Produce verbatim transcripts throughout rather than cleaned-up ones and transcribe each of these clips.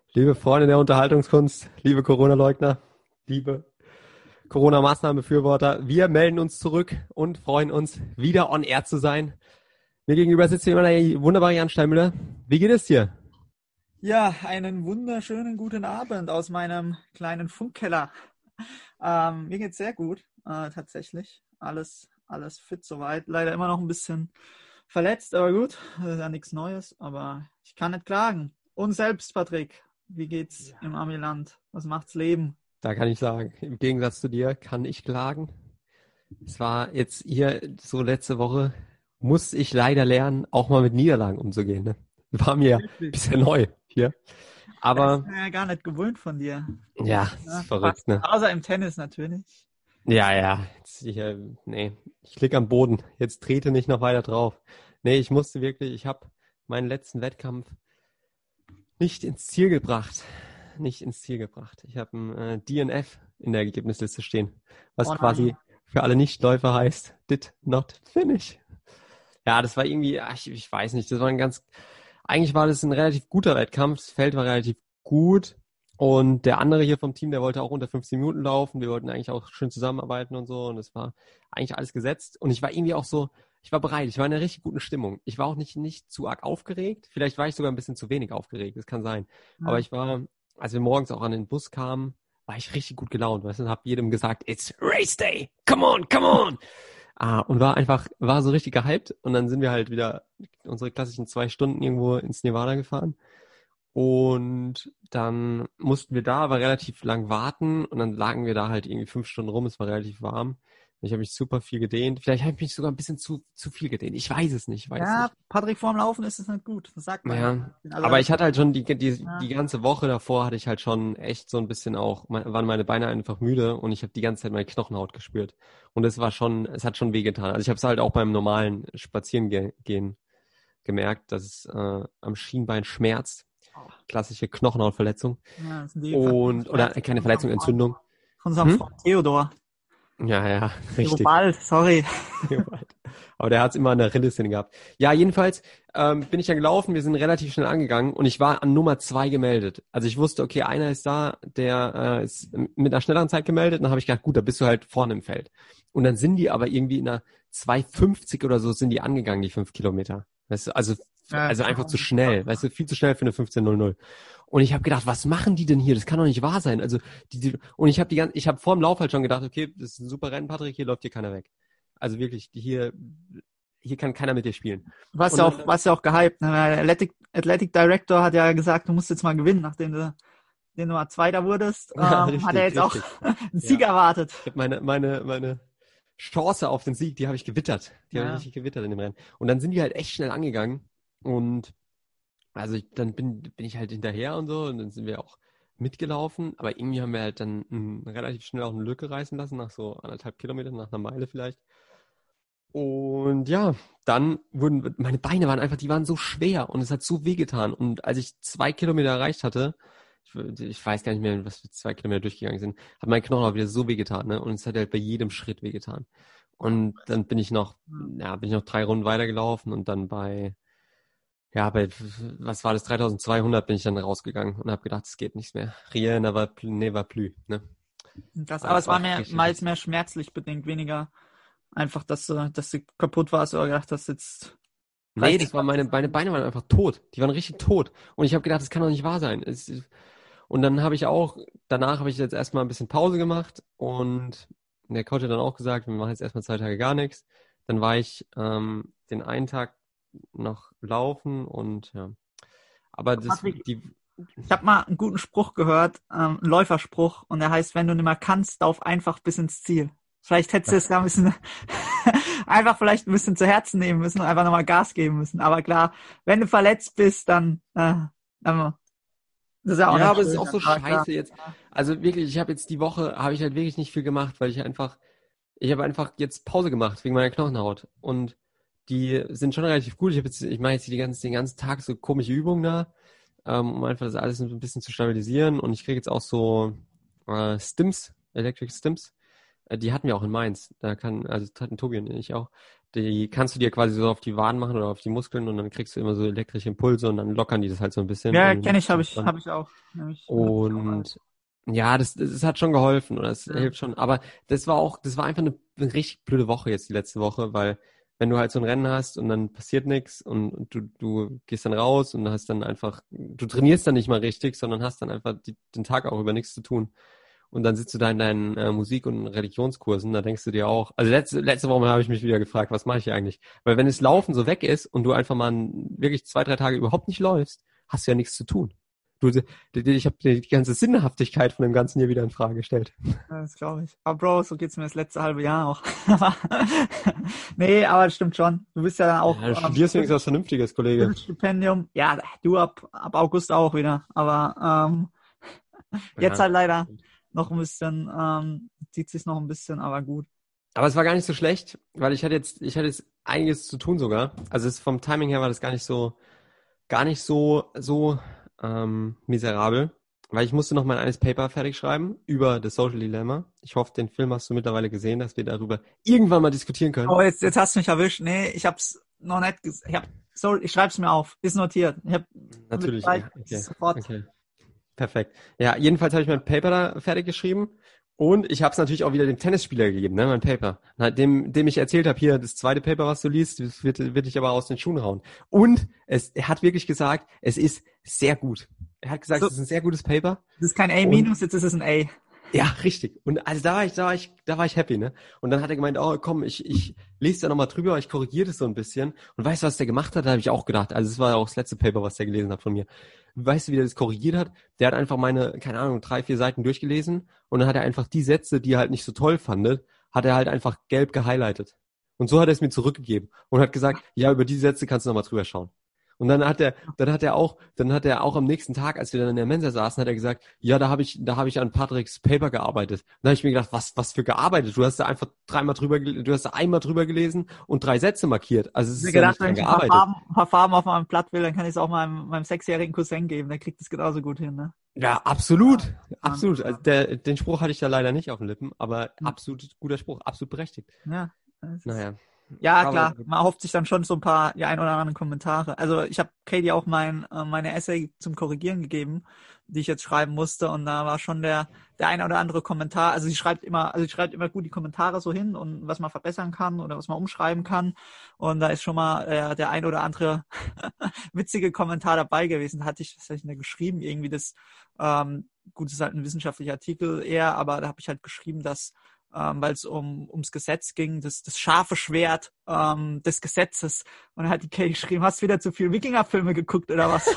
Liebe Freunde der Unterhaltungskunst, liebe Corona-Leugner, liebe Corona-Maßnahmenbefürworter, wir melden uns zurück und freuen uns, wieder on air zu sein. Mir gegenüber sitzt hier immer der wunderbare Jan Steinmüller. Wie geht es dir? Ja, einen wunderschönen guten Abend aus meinem kleinen Funkkeller. Ähm, mir geht's sehr gut, äh, tatsächlich. Alles, alles fit soweit. Leider immer noch ein bisschen verletzt, aber gut, das ist ja nichts Neues, aber ich kann nicht klagen. Und selbst, Patrick, wie geht's im Amiland? Was macht's Leben? Da kann ich sagen, im Gegensatz zu dir kann ich klagen. Es war jetzt hier so letzte Woche, musste ich leider lernen, auch mal mit Niederlagen umzugehen. Ne? War mir ein Wirklich? bisschen neu hier. Das ist Aber mir ja gar nicht gewöhnt von dir. ja, ist Ja, verrückt, fast. ne? Außer im Tennis natürlich. Ja, ja. Jetzt, ich, äh, nee, ich lieg am Boden. Jetzt trete nicht noch weiter drauf. Nee, ich musste wirklich, ich habe meinen letzten Wettkampf nicht ins Ziel gebracht. Nicht ins Ziel gebracht. Ich habe ein äh, D N F in der Ergebnisliste stehen, was Oh quasi nein. für alle Nichtläufer heißt, did not finish. Ja, das war irgendwie, ach, ich, ich weiß nicht, das war ein ganz, eigentlich war das ein relativ guter Wettkampf, das Feld war relativ gut und der andere hier vom Team, der wollte auch unter fünfzehn Minuten laufen, wir wollten eigentlich auch schön zusammenarbeiten und so und es war eigentlich alles gesetzt und ich war irgendwie auch so, ich war bereit, ich war in einer richtig guten Stimmung. Ich war auch nicht, nicht zu arg aufgeregt, vielleicht war ich sogar ein bisschen zu wenig aufgeregt, das kann sein, aber Ja. ich war, als wir morgens auch an den Bus kamen, war ich richtig gut gelaunt, weißt du, und hab jedem gesagt, it's Race Day, come on, come on. Ah, und war einfach, war so richtig gehypt. Und dann sind wir halt wieder unsere klassischen zwei Stunden irgendwo ins Nevada gefahren. Und dann mussten wir da aber relativ lang warten. Und dann lagen wir da halt irgendwie fünf Stunden rum. Es war relativ warm. Ich habe mich super viel gedehnt. Vielleicht habe ich mich sogar ein bisschen zu, zu viel gedehnt. Ich weiß es nicht, ich weiß es Ja, nicht. Patrick, vorm Laufen ist es nicht gut. Das sagt man Ja, ja. aber Also, ich hatte halt schon die, die, ja. die ganze Woche davor hatte ich halt schon echt so ein bisschen auch, waren meine Beine einfach müde und ich habe die ganze Zeit meine Knochenhaut gespürt. Und es war schon, es hat schon wehgetan. Also ich habe es halt auch beim normalen Spazierengehen gemerkt, dass es äh, am Schienbein schmerzt. Oh, Klassische Knochenhautverletzung. ja, das sind die Und, oder Verletzungen keine von unserem Verletzung, Freund, Entzündung. von unserem Hm? Freund Theodor. Ja, ja, richtig. Theobald, sorry. Aber der hat es immer an der Rille gehabt. Ja, jedenfalls ähm, bin ich dann gelaufen, wir sind relativ schnell angegangen und ich war an Nummer zwei gemeldet. Also ich wusste, okay, einer ist da, der äh, ist mit einer schnelleren Zeit gemeldet. Und dann habe ich gedacht, gut, da bist du halt vorne im Feld. Und dann sind die aber irgendwie in einer zwei fünfzig oder so sind die angegangen, die fünf Kilometer. Weißt du, also, Ja, also einfach zu schnell, weißt du, viel zu schnell für eine fünfzehn null null. Und ich habe gedacht, was machen die denn hier? Das kann doch nicht wahr sein. Also die, die und ich habe die ganze, ich habe vor dem Lauf halt schon gedacht, okay, das ist ein super Rennen, Patrick, hier läuft hier keiner weg. Also wirklich, hier, hier kann keiner mit dir spielen. du warst Und ja dann, auch, warst ja auch gehypt. Ne? Der Athletic, Athletic Director hat ja gesagt, du musst jetzt mal gewinnen, nachdem du, nachdem du mal Zweiter wurdest. ja, Ähm, hat er richtig, jetzt auch richtig. einen Sieg Ja. erwartet. Ich habe meine, meine, meine Chance auf den Sieg, die habe ich gewittert. Die habe ich Ja. richtig gewittert in dem Rennen. Und dann sind die halt echt schnell angegangen. Und also ich, dann bin, bin ich halt hinterher und so. Und dann sind wir auch mitgelaufen. Aber irgendwie haben wir halt dann m, relativ schnell auch eine Lücke reißen lassen, nach so anderthalb Kilometern, nach einer Meile vielleicht. Und ja, dann wurden, meine Beine waren einfach, die waren so schwer und es hat so wehgetan. Und als ich zwei Kilometer erreicht hatte, ich, ich weiß gar nicht mehr, was wir zwei Kilometer durchgegangen sind, hat mein Knochen auch wieder so wehgetan, ne? Und es hat halt bei jedem Schritt wehgetan. Und dann bin ich noch, ja, bin ich noch drei Runden weitergelaufen und dann bei, ja, bei, was war das, dreitausendzweihundert bin ich dann rausgegangen und habe gedacht, es geht nichts mehr. Rien ne va plus, ne va plus, ne? Das, War aber es war einfach mehr, richtig, meist richtig. mehr schmerzlich bedingt, weniger einfach, dass du, dass du kaputt warst oder gedacht hast, jetzt Nee, reißt das dich war meine, meine Beine waren einfach tot. Die waren richtig tot. Und ich habe gedacht, das kann doch nicht wahr sein. Es, und dann habe ich auch, danach habe ich jetzt erstmal ein bisschen Pause gemacht und der Coach hat dann auch gesagt, wir machen jetzt erstmal zwei Tage gar nichts. Dann war ich ähm, den einen Tag noch laufen und ja. Aber das, Patrick, die, ich habe mal einen guten Spruch gehört, ähm, einen Läuferspruch, und der heißt, wenn du nicht mehr kannst, lauf einfach bis ins Ziel. Vielleicht hättest du es ja ein bisschen einfach vielleicht ein bisschen zu Herzen nehmen müssen und einfach nochmal Gas geben müssen. Aber klar, wenn du verletzt bist, dann, äh, dann das ist ja auch ja, nicht aber es ist schön. auch so Aber klar. scheiße jetzt. Also wirklich, ich habe jetzt die Woche, habe ich halt wirklich nicht viel gemacht, weil ich einfach, ich habe einfach jetzt Pause gemacht wegen meiner Knochenhaut. Und die sind schon relativ gut. Ich habe jetzt, ich mache jetzt die ganzen, den ganzen Tag so komische Übungen da, ähm, um einfach das alles ein bisschen zu stabilisieren. Und ich kriege jetzt auch so äh, Stims, Electric Stims. Äh, Die hatten wir auch in Mainz. Da kann, also das hatten Tobi und ich auch. Die kannst du dir quasi so auf die Waden machen oder auf die Muskeln und dann kriegst du immer so elektrische Impulse und dann lockern die das halt so ein bisschen. Ja, Und, kenne ich, habe ich, habe ich auch. Hab ich, hab ich auch alles. und ja, das, das hat schon geholfen oder es Ja. hilft schon. Aber das war auch, das war einfach eine, eine richtig blöde Woche jetzt, die letzte Woche, weil wenn du halt so ein Rennen hast und dann passiert nichts und, und du, du gehst dann raus und hast dann einfach, du trainierst dann nicht mal richtig, sondern hast dann einfach die, den Tag auch über nichts zu tun. Und dann sitzt du da in deinen äh, Musik- und Religionskursen, da denkst du dir auch, also letzte, letzte Woche habe ich mich wieder gefragt, was mache ich hier eigentlich? Weil wenn das Laufen so weg ist und du einfach mal ein, wirklich zwei, drei Tage überhaupt nicht läufst, hast du ja nichts zu tun. Du, die, die, ich habe die ganze Sinnhaftigkeit von dem Ganzen hier wieder in Frage gestellt. Ja, das glaube ich. Aber Bro, so geht's mir das letzte halbe Jahr auch. Nee, aber das stimmt schon. Du bist ja dann auch Ja, du studierst wenigstens was Vernünftiges, Kollege. Stipendium. Ja, du ab, ab August auch wieder. Aber ähm, jetzt Ja. halt leider noch ein bisschen, ähm, zieht sich noch ein bisschen, aber gut. Aber es war gar nicht so schlecht, weil ich hatte jetzt, ich hatte jetzt einiges zu tun sogar. Also es, vom Timing her war das gar nicht so, gar nicht so, so ähm, miserabel, weil ich musste noch mein eines Paper fertig schreiben über das Social Dilemma. Ich hoffe, den Film hast du mittlerweile gesehen, dass wir darüber irgendwann mal diskutieren können. Oh, jetzt, jetzt hast du mich erwischt. Nee, ich hab's noch nicht ges- ich hab, so, ich schreib's mir auf. Ist notiert. Ich hab Natürlich, Zeit, ja, okay, sofort. okay. Perfekt. Ja, jedenfalls habe ich mein Paper da fertig geschrieben und ich habe es natürlich auch wieder dem Tennisspieler gegeben, ne, mein Paper. Na, Dem, dem ich erzählt habe, hier, das zweite Paper, was du liest, das wird, wird dich aber aus den Schuhen hauen. Und es, er hat wirklich gesagt, es ist sehr gut. Er hat gesagt, So. es ist ein sehr gutes Paper. Das ist kein A minus, jetzt ist es ein A. Ja, richtig. Und also da war ich, da war ich, da war ich happy, ne? Und dann hat er gemeint, oh komm, ich, ich lese da nochmal drüber, ich korrigiere das so ein bisschen. Und weißt du, was der gemacht hat? Da habe ich auch gedacht. Also es war ja auch das letzte Paper, was der gelesen hat von mir. Weißt du, wie der das korrigiert hat? Der hat einfach meine, keine Ahnung, drei, vier Seiten durchgelesen und dann hat er einfach die Sätze, die er halt nicht so toll fandet, hat er halt einfach gelb gehighlightet. Und so hat er es mir zurückgegeben und hat gesagt, ja, über die Sätze kannst du nochmal drüber schauen. Und dann hat er, dann hat er auch, dann hat er auch am nächsten Tag, als wir dann in der Mensa saßen, hat er gesagt, ja, da habe ich, da habe ich an Patricks Paper gearbeitet. Und da habe ich mir gedacht, was, was für gearbeitet? Du hast da einfach dreimal drüber, du hast da einmal drüber gelesen und drei Sätze markiert. Also es Ich ist hab ja gedacht, nicht dran wenn ich ein paar gearbeitet. Farben, ein paar Farben auf meinem Blatt will, dann kann ich es auch meinem, meinem sechsjährigen Cousin geben. Der kriegt es genauso gut hin, ne? Ja, absolut, absolut. Also der, den Spruch hatte ich da leider nicht auf den Lippen, aber absolut guter Spruch, absolut berechtigt. Ja. das ist- Naja. Ja, Aber- klar. Man erhofft sich dann schon so ein paar, die ein oder anderen Kommentare. Also ich habe Katie auch mein, äh, meine Essay zum Korrigieren gegeben, die ich jetzt schreiben musste. Und da war schon der, der ein oder andere Kommentar. Also sie schreibt immer, also sie schreibt immer gut die Kommentare so hin und was man verbessern kann oder was man umschreiben kann. Und da ist schon mal äh, der ein oder andere witzige Kommentar dabei gewesen. Da hatte ich, was habe ich denn da geschrieben? Irgendwie das, ähm, gut, das ist halt ein wissenschaftlicher Artikel eher, aber da habe ich halt geschrieben, dass ähm, weil es um ums Gesetz ging, das, das scharfe Schwert ähm, des Gesetzes. Und dann hat die Kay geschrieben, hast wieder zu viel Wikinger-Filme geguckt oder was?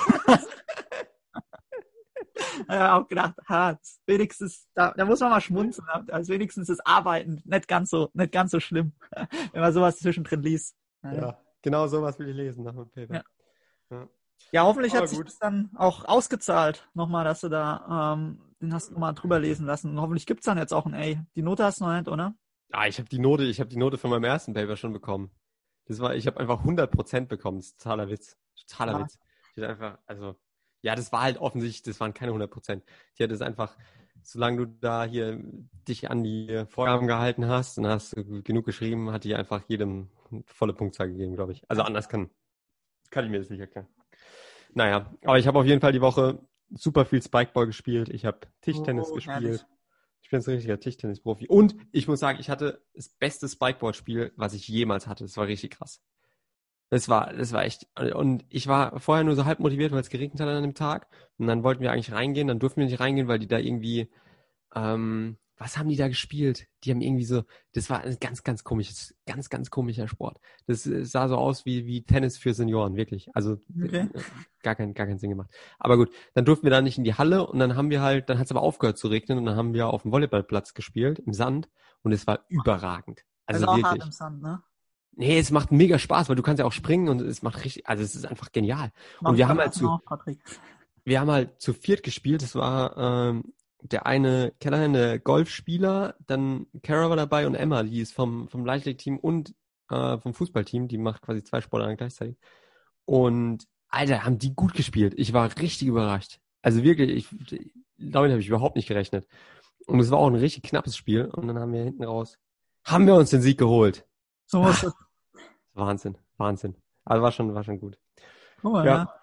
Ja, auch gedacht, ha, wenigstens, da, da muss man mal schmunzeln, also wenigstens das Arbeiten nicht ganz so, nicht ganz so schlimm, wenn man sowas zwischendrin liest. Ja, genau sowas will ich lesen nach dem Paper. Ja. Ja. Ja, hoffentlich Aber hat sich gut. das dann auch ausgezahlt, nochmal, dass du da, ähm, den hast du nochmal drüber lesen lassen. Und hoffentlich gibt's dann jetzt auch ein A. Die Note hast du noch nicht, oder? Ah, ich habe die Note, ich habe die Note von meinem ersten Paper schon bekommen. Das war, ich habe einfach hundert Prozent bekommen. Das ist totaler Witz. Totaler Ja. Witz. Ich hatte einfach, also, ja, das war halt offensichtlich, das waren keine hundert Prozent. Ich hatte es einfach, solange du da hier dich an die Vorgaben gehalten hast und hast genug geschrieben, hat die einfach jedem eine volle Punktzahl gegeben, glaube ich. Also anders kann, kann ich mir das nicht erklären. Naja, aber ich habe auf jeden Fall die Woche super viel Spikeball gespielt. Ich habe Tischtennis Oh, gespielt. herrlich. Ich bin jetzt ein richtiger Tischtennis-Profi. Und ich muss sagen, ich hatte das beste Spikeball-Spiel, was ich jemals hatte. Das war richtig krass. Das war, das war echt. Und ich war vorher nur so halb motiviert, weil es geregnet hat an dem Tag. Und dann wollten wir eigentlich reingehen. Dann durften wir nicht reingehen, weil die da irgendwie, ähm, was haben die da gespielt? Die haben irgendwie so, das war ein ganz, ganz komisches, ganz, ganz komischer Sport. Das äh, sah so aus wie, wie Tennis für Senioren, wirklich. Also Okay. äh, gar kein, gar keinen Sinn gemacht. Aber gut, dann durften wir da nicht in die Halle und dann haben wir halt, dann hat es aber aufgehört zu regnen und dann haben wir auf dem Volleyballplatz gespielt, im Sand und es war überragend. Also, Also auch hart wirklich. im Sand, ne? Nee, es macht mega Spaß, weil du kannst ja auch springen und es macht richtig, also es ist einfach genial. Mach Und wir ich haben beim halt Essen zu, auch, Patrick. wir haben halt zu viert gespielt. Das war ähm, der eine Callahan, der Golfspieler, dann Kara war dabei und Emma, die ist vom, vom Leichtathletik-Team und äh, vom Fußballteam, die macht quasi zwei Sportarten gleichzeitig. Und Alter, haben die gut gespielt. Ich war richtig überrascht. Also wirklich, ich, damit habe ich überhaupt nicht gerechnet. Und es war auch ein richtig knappes Spiel. Und dann haben wir hinten raus, haben wir uns den Sieg geholt. So muss es. Wahnsinn, Wahnsinn. Also war schon, war schon gut. Guck mal, Ja. ja.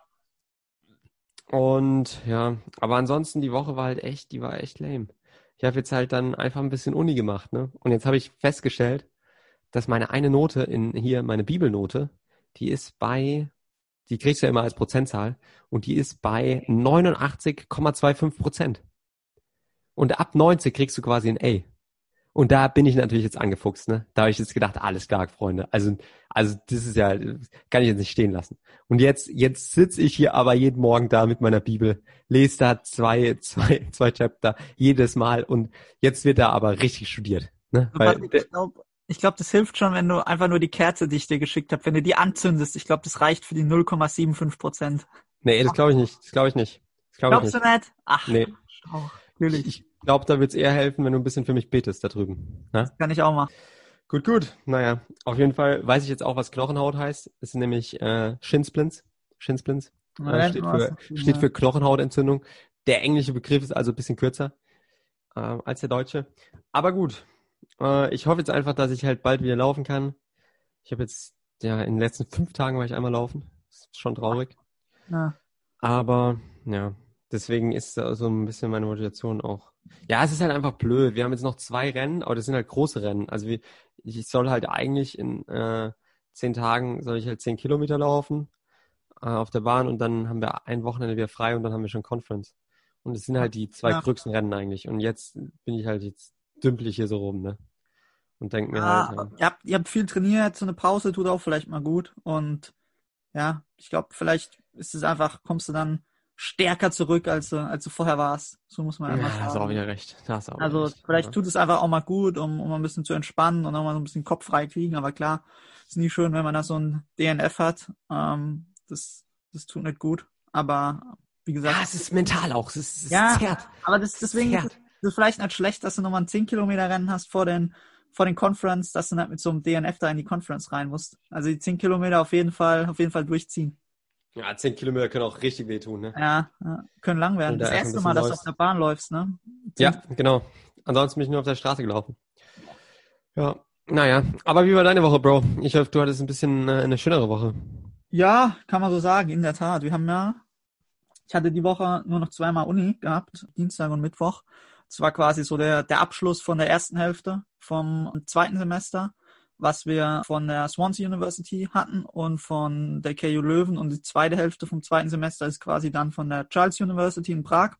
Und ja, aber ansonsten die Woche war halt echt, die war echt lame. Ich habe jetzt halt dann einfach ein bisschen Uni gemacht, ne? Und jetzt habe ich festgestellt, dass meine eine Note in hier, meine Bibelnote, die ist bei, die kriegst du ja immer als Prozentzahl, und die ist bei neunundachtzig Komma fünfundzwanzig Prozent. Und ab neunzig kriegst du quasi ein A. Und da bin ich natürlich jetzt angefuchst, ne? Da habe ich jetzt gedacht, alles klar, Freunde. Also, also das ist ja, kann ich jetzt nicht stehen lassen. Und jetzt, jetzt sitze ich hier aber jeden Morgen da mit meiner Bibel, lese da zwei, zwei, zwei Chapter jedes Mal, und jetzt wird da aber richtig studiert, ne? Also, Weil, Patrick, ich glaube, ich glaub, das hilft schon, wenn du einfach nur die Kerze, die ich dir geschickt habe, wenn du die anzündest. Ich glaube, das reicht für die null Komma fünfundsiebzig Prozent. nee, das glaube ich nicht. Das glaube ich nicht. Das glaube ich Glaubst nicht. du nicht? Ach, Nee. schau, Ich, natürlich. ich glaube, da wird es eher helfen, wenn du ein bisschen für mich betest da drüben. Ne? Das kann ich auch machen. Gut, gut. Naja, auf jeden Fall weiß ich jetzt auch, was Knochenhaut heißt. Das sind nämlich äh, Shinsplints. Shinsplints. Äh, steht für, steht für Knochenhautentzündung. Der englische Begriff ist also ein bisschen kürzer äh, als der deutsche. Aber gut. Äh, ich hoffe jetzt einfach, dass ich halt bald wieder laufen kann. Ich habe jetzt, ja, in den letzten fünf Tagen war ich einmal laufen. Das ist schon traurig. Ja. Aber, ja, deswegen ist da so ein bisschen meine Motivation auch. Ja, es ist halt einfach blöd. Wir haben jetzt noch zwei Rennen, aber das sind halt große Rennen. Also wie, ich soll halt eigentlich in äh, zehn Tagen soll ich halt zehn Kilometer laufen äh, auf der Bahn, und dann haben wir ein Wochenende wieder frei, und dann haben wir schon Conference. Und es sind halt die zwei Ja. größten Rennen eigentlich. Und jetzt bin ich halt, jetzt dümpel ich hier so rum, ne? Und denke mir Ah, halt, ja. ihr, habt, ihr habt viel trainiert, so eine Pause tut auch vielleicht mal gut. Und ja, ich glaube, vielleicht ist es einfach, kommst du dann stärker zurück, als du, als du vorher warst. So muss man einfach Ja, hast sagen. auch wieder recht. Da hast auch wieder Also recht. vielleicht Ja. tut es einfach auch mal gut, um, um ein bisschen zu entspannen und auch mal so ein bisschen Kopf frei kriegen. Aber klar, ist nie schön, wenn man da so ein D N F hat. Ähm, das, das tut nicht gut. Aber wie gesagt. Ja, es ist mental auch. Es ist, es ist Ja, zerrt. aber das, deswegen ist Zerrt. es das ist vielleicht nicht schlecht, dass du nochmal ein zehn Kilometer Rennen hast vor den, vor den Conference, dass du nicht mit so einem D N F da in die Conference rein musst. Also die zehn Kilometer auf jeden Fall, auf jeden Fall durchziehen. Ja, zehn Kilometer können auch richtig wehtun, ne? Ja, ja, können lang werden. Und Das da erst ein erste Mal, bisschen dass du läufst. auf der Bahn läufst, ne? Ja, genau. Ansonsten bin ich nur auf der Straße gelaufen. Ja, naja. Aber wie war deine Woche, Bro? Ich hoffe, du hattest ein bisschen äh, eine schönere Woche. Ja, kann man so sagen, in der Tat. Wir haben ja, ich hatte die Woche nur noch zweimal Uni gehabt, Dienstag und Mittwoch. Das war quasi so der, der Abschluss von der ersten Hälfte vom zweiten Semester, was wir von der Swansea University hatten und von der K U Leuven, und die zweite Hälfte vom zweiten Semester ist quasi dann von der Charles University in Prag.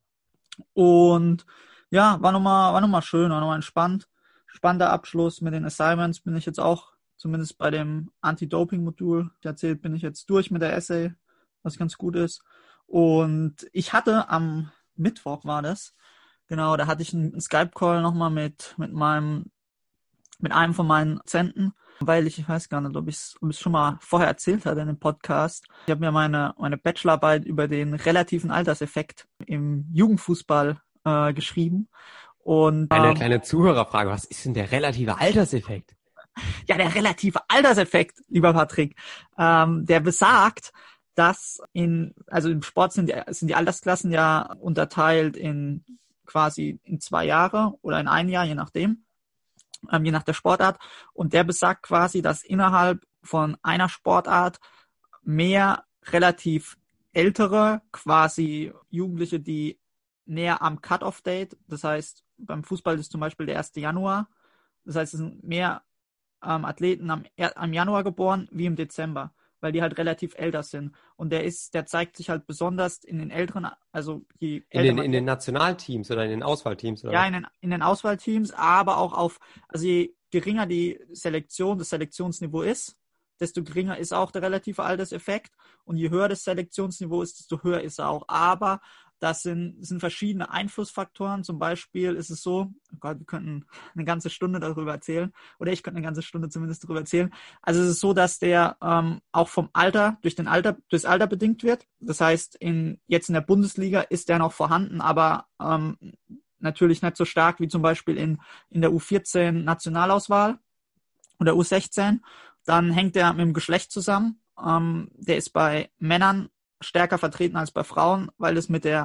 Und ja, war nochmal, war nochmal schön, war nochmal entspannt. Spannender Abschluss mit den Assignments. Bin ich jetzt auch, zumindest bei dem Anti-Doping-Modul, ich erzählt, bin ich jetzt durch mit der Essay, was ganz gut ist. Und ich hatte am Mittwoch war das, genau, da hatte ich einen Skype-Call nochmal mit, mit meinem, mit einem von meinen Dozenten, weil ich, ich weiß gar nicht, ob ich es ob ich's schon mal vorher erzählt hatte in dem Podcast. Ich habe mir meine, meine Bachelorarbeit über den relativen Alterseffekt im Jugendfußball äh, geschrieben. Und Eine ähm, kleine Zuhörerfrage. Was ist denn der relative Alterseffekt? ja, der relative Alterseffekt, lieber Patrick, ähm, der besagt, dass in, also im Sport sind die, sind die Altersklassen ja unterteilt in quasi in zwei Jahre oder in ein Jahr, je nachdem, ähm, je nach der Sportart. Und der besagt quasi, dass innerhalb von einer Sportart mehr relativ ältere, quasi Jugendliche, die näher am Cut-off-Date, das heißt, beim Fußball ist zum Beispiel der erste Januar, das heißt, es sind mehr ähm, Athleten am, am Januar geboren wie im Dezember, weil die halt relativ älter sind. Und der ist, der zeigt sich halt besonders in den älteren, also je In älter den, man in den wird, Nationalteams oder in den Auswahlteams? Oder ja, was? in den, in den Auswahlteams, aber auch auf, also je geringer die Selektion, das Selektionsniveau ist, desto geringer ist auch der relative Alterseffekt. Und je höher das Selektionsniveau ist, desto höher ist er auch. Aber das sind, das sind verschiedene Einflussfaktoren. Zum Beispiel ist es so, oh Gott, wir könnten eine ganze Stunde darüber erzählen, oder ich könnte eine ganze Stunde zumindest darüber erzählen. Also es ist so, dass der ähm, auch vom Alter, durch den Alter, durchs Alter bedingt wird. Das heißt, in, jetzt in der Bundesliga ist der noch vorhanden, aber ähm, natürlich nicht so stark wie zum Beispiel in, in der U vierzehn Nationalauswahl oder U sechzehn. Dann hängt der mit dem Geschlecht zusammen. Ähm, der ist bei Männern stärker vertreten als bei Frauen, weil es mit der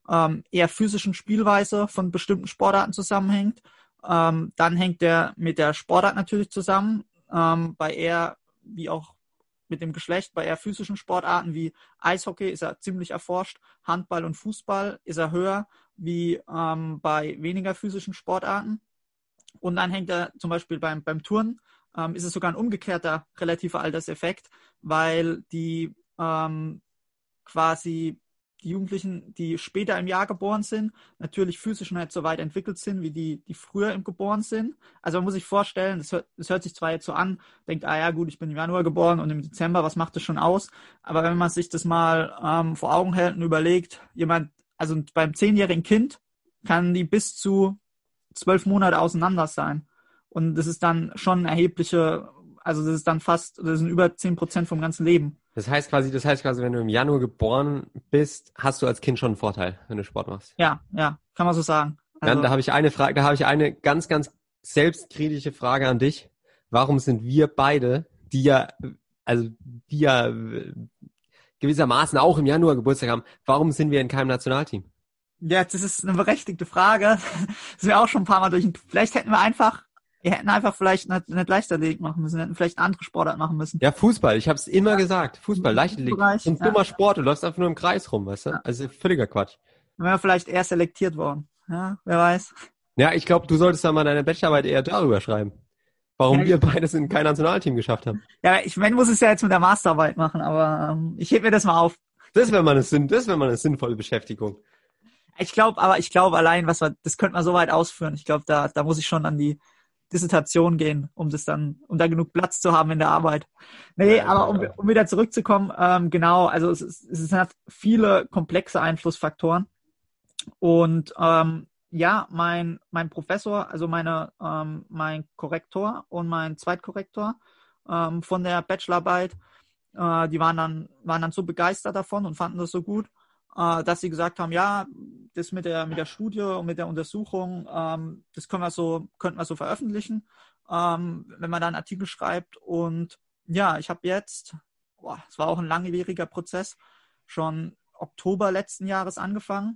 ähm, eher physischen Spielweise von bestimmten Sportarten zusammenhängt. Ähm, dann hängt der mit der Sportart natürlich zusammen, ähm, bei eher, wie auch mit dem Geschlecht, bei eher physischen Sportarten wie Eishockey ist er ziemlich erforscht, Handball und Fußball ist er höher wie ähm, bei weniger physischen Sportarten. Und dann hängt er zum Beispiel beim, beim Turnen, ähm, ist es sogar ein umgekehrter relativer Alterseffekt, weil die ähm, quasi die Jugendlichen, die später im Jahr geboren sind, natürlich physisch noch nicht so weit entwickelt sind, wie die, die früher im geboren sind. Also man muss sich vorstellen, das hört, das hört sich zwar jetzt so an, denkt, ah ja gut, ich bin im Januar geboren und im Dezember, was macht das schon aus? Aber wenn man sich das mal ähm, vor Augen hält und überlegt, jemand, also beim zehnjährigen Kind kann die bis zu zwölf Monate auseinander sein. Und das ist dann schon erhebliche, also das ist dann fast, das sind über zehn Prozent vom ganzen Leben. Das heißt quasi, das heißt quasi, wenn du im Januar geboren bist, hast du als Kind schon einen Vorteil, wenn du Sport machst. Ja, ja, kann man so sagen. Also, da habe ich eine Frage, da habe ich eine ganz, ganz selbstkritische Frage an dich. Warum sind wir beide, die ja, also die ja gewissermaßen auch im Januar Geburtstag haben, warum sind wir in keinem Nationalteam? Ja, das ist eine berechtigte Frage. Das ist mir auch schon ein paar Mal durch. Vielleicht hätten wir einfach, wir hätten einfach vielleicht nicht, nicht Leichtathletik machen müssen, wir hätten vielleicht eine andere Sportart machen müssen. Ja, Fußball, ich habe es immer ja. gesagt. Fußball, Leichtathletik, so ein ja. dummer Sport, du läufst einfach nur im Kreis rum, weißt du? Ja. Also völliger Quatsch. Dann wären wir vielleicht eher selektiert worden. Ja, wer weiß. Ja, ich glaube, du solltest dann mal deine Bachelorarbeit eher darüber schreiben. Warum ja, wir beides in kein Nationalteam geschafft haben. Ja, ich meine, muss es ja jetzt mit der Masterarbeit machen, aber ähm, ich heb mir das mal auf. Das wäre mal eine, das wäre mal eine sinnvolle Beschäftigung. Ich glaube, aber ich glaube allein, was wir, das könnte man so weit ausführen. Ich glaube, da, da muss ich schon an die Dissertation gehen, um das dann, um da genug Platz zu haben in der Arbeit. Nee, ja, aber um, um wieder zurückzukommen, ähm, genau, also es, ist, es sind viele komplexe Einflussfaktoren. Und ähm, ja, mein mein Professor, also meine ähm, mein Korrektor und mein Zweitkorrektor ähm, von der Bachelorarbeit, äh, die waren dann waren dann so begeistert davon und fanden das so gut, äh, dass sie gesagt haben, ja, das mit der mit der Studie und mit der Untersuchung, ähm, das können wir so könnten wir so veröffentlichen, ähm, wenn man da einen Artikel schreibt. Und ja, ich habe jetzt, boah, es war auch ein langwieriger Prozess, schon Oktober letzten Jahres angefangen.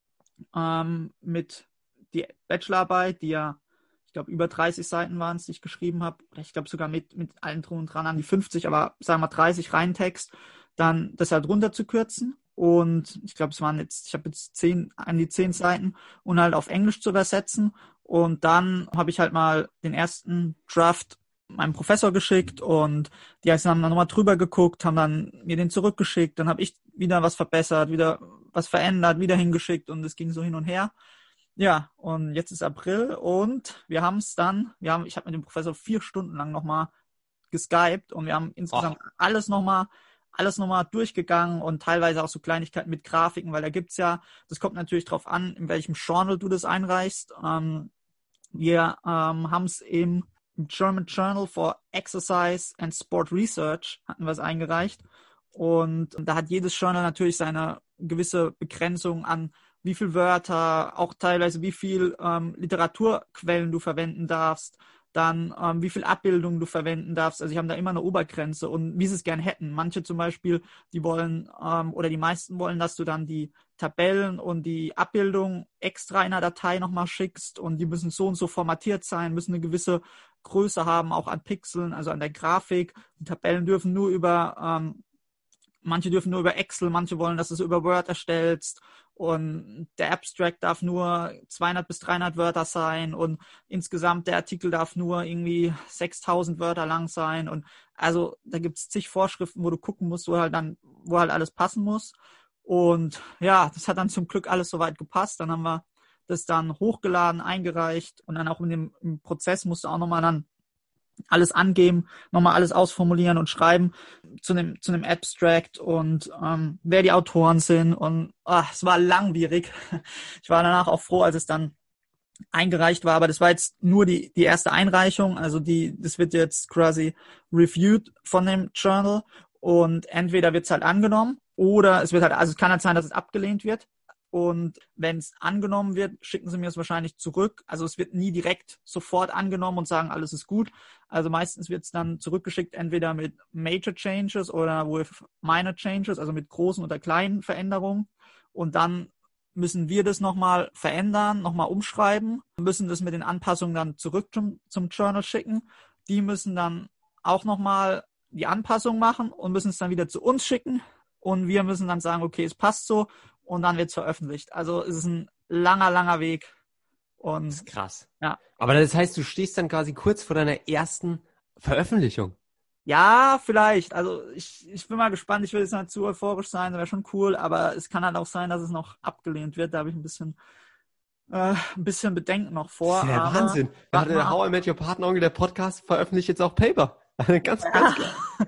Ähm, mit die Bachelorarbeit, die ja, ich glaube, über dreißig Seiten waren es, die ich geschrieben habe. Oder ich glaube sogar mit, mit allen drum und dran an die fünfzig, aber sagen wir dreißig rein Text, dann das halt runter zu kürzen. Und ich glaube, es waren jetzt, ich habe jetzt zehn, an die zehn Seiten und halt auf Englisch zu übersetzen. Und dann habe ich halt mal den ersten Draft meinem Professor geschickt und die haben dann nochmal drüber geguckt, haben dann mir den zurückgeschickt, dann habe ich wieder was verbessert, wieder was verändert, wieder hingeschickt und es ging so hin und her. Ja, und jetzt ist April und wir haben es dann, wir haben, ich habe mit dem Professor vier Stunden lang nochmal geskypt und wir haben insgesamt oh. alles nochmal alles nochmal durchgegangen und teilweise auch so Kleinigkeiten mit Grafiken, weil da gibt's ja, das kommt natürlich drauf an, in welchem Journal du das einreichst. Ähm, wir ähm, haben es im German Journal for Exercise and Sport Research hatten wir es eingereicht und, und da hat jedes Journal natürlich seine gewisse Begrenzung an wie viel Wörter, auch teilweise wie viel ähm, Literaturquellen du verwenden darfst, dann ähm, wie viel Abbildungen du verwenden darfst. Also ich habe da immer eine Obergrenze und wie sie es gern hätten. Manche zum Beispiel, die wollen ähm, oder die meisten wollen, dass du dann die Tabellen und die Abbildung extra in einer Datei nochmal schickst und die müssen so und so formatiert sein, müssen eine gewisse Größe haben, auch an Pixeln, also an der Grafik. Die Tabellen dürfen nur über, ähm, manche dürfen nur über Excel, manche wollen, dass du es über Word erstellst und der Abstract darf nur zweihundert bis dreihundert Wörter sein und insgesamt der Artikel darf nur irgendwie sechstausend Wörter lang sein und also da gibt es zig Vorschriften, wo du gucken musst, wo halt dann, wo halt alles passen muss. Und ja, das hat dann zum Glück alles soweit gepasst. Dann haben wir das dann hochgeladen, eingereicht und dann auch in dem im Prozess musst du auch nochmal dann alles angeben, nochmal alles ausformulieren und schreiben zu einem zu einem Abstract und ähm, wer die Autoren sind und ach, es war langwierig. Ich war danach auch froh, als es dann eingereicht war, aber das war jetzt nur die die erste Einreichung, also die das wird jetzt quasi reviewed von dem Journal und entweder wird es halt angenommen oder es wird halt, also es kann halt sein, dass es abgelehnt wird. Und wenn es angenommen wird, schicken sie mir es wahrscheinlich zurück. Also es wird nie direkt sofort angenommen und sagen, alles ist gut. Also meistens wird es dann zurückgeschickt, entweder mit Major Changes oder with Minor Changes, also mit großen oder kleinen Veränderungen. Und dann müssen wir das nochmal verändern, nochmal umschreiben, müssen das mit den Anpassungen dann zurück zum, zum Journal schicken. Die müssen dann auch nochmal die Anpassung machen und müssen es dann wieder zu uns schicken. Und wir müssen dann sagen, okay, es passt so. Und dann wird es veröffentlicht. Also es ist ein langer, langer Weg. Und, das ist krass. Ja. Aber das heißt, du stehst dann quasi kurz vor deiner ersten Veröffentlichung. Ja, vielleicht. Also ich, ich bin mal gespannt. Ich will jetzt nicht zu euphorisch sein. Das wäre schon cool. Aber es kann halt auch sein, dass es noch abgelehnt wird. Da habe ich ein bisschen, äh, ein bisschen Bedenken noch vor. Das ist ja der aber Wahnsinn. Da hatte der How I Met Your Partner, der Podcast, veröffentlicht jetzt auch Paper. ganz, ganz klar. Das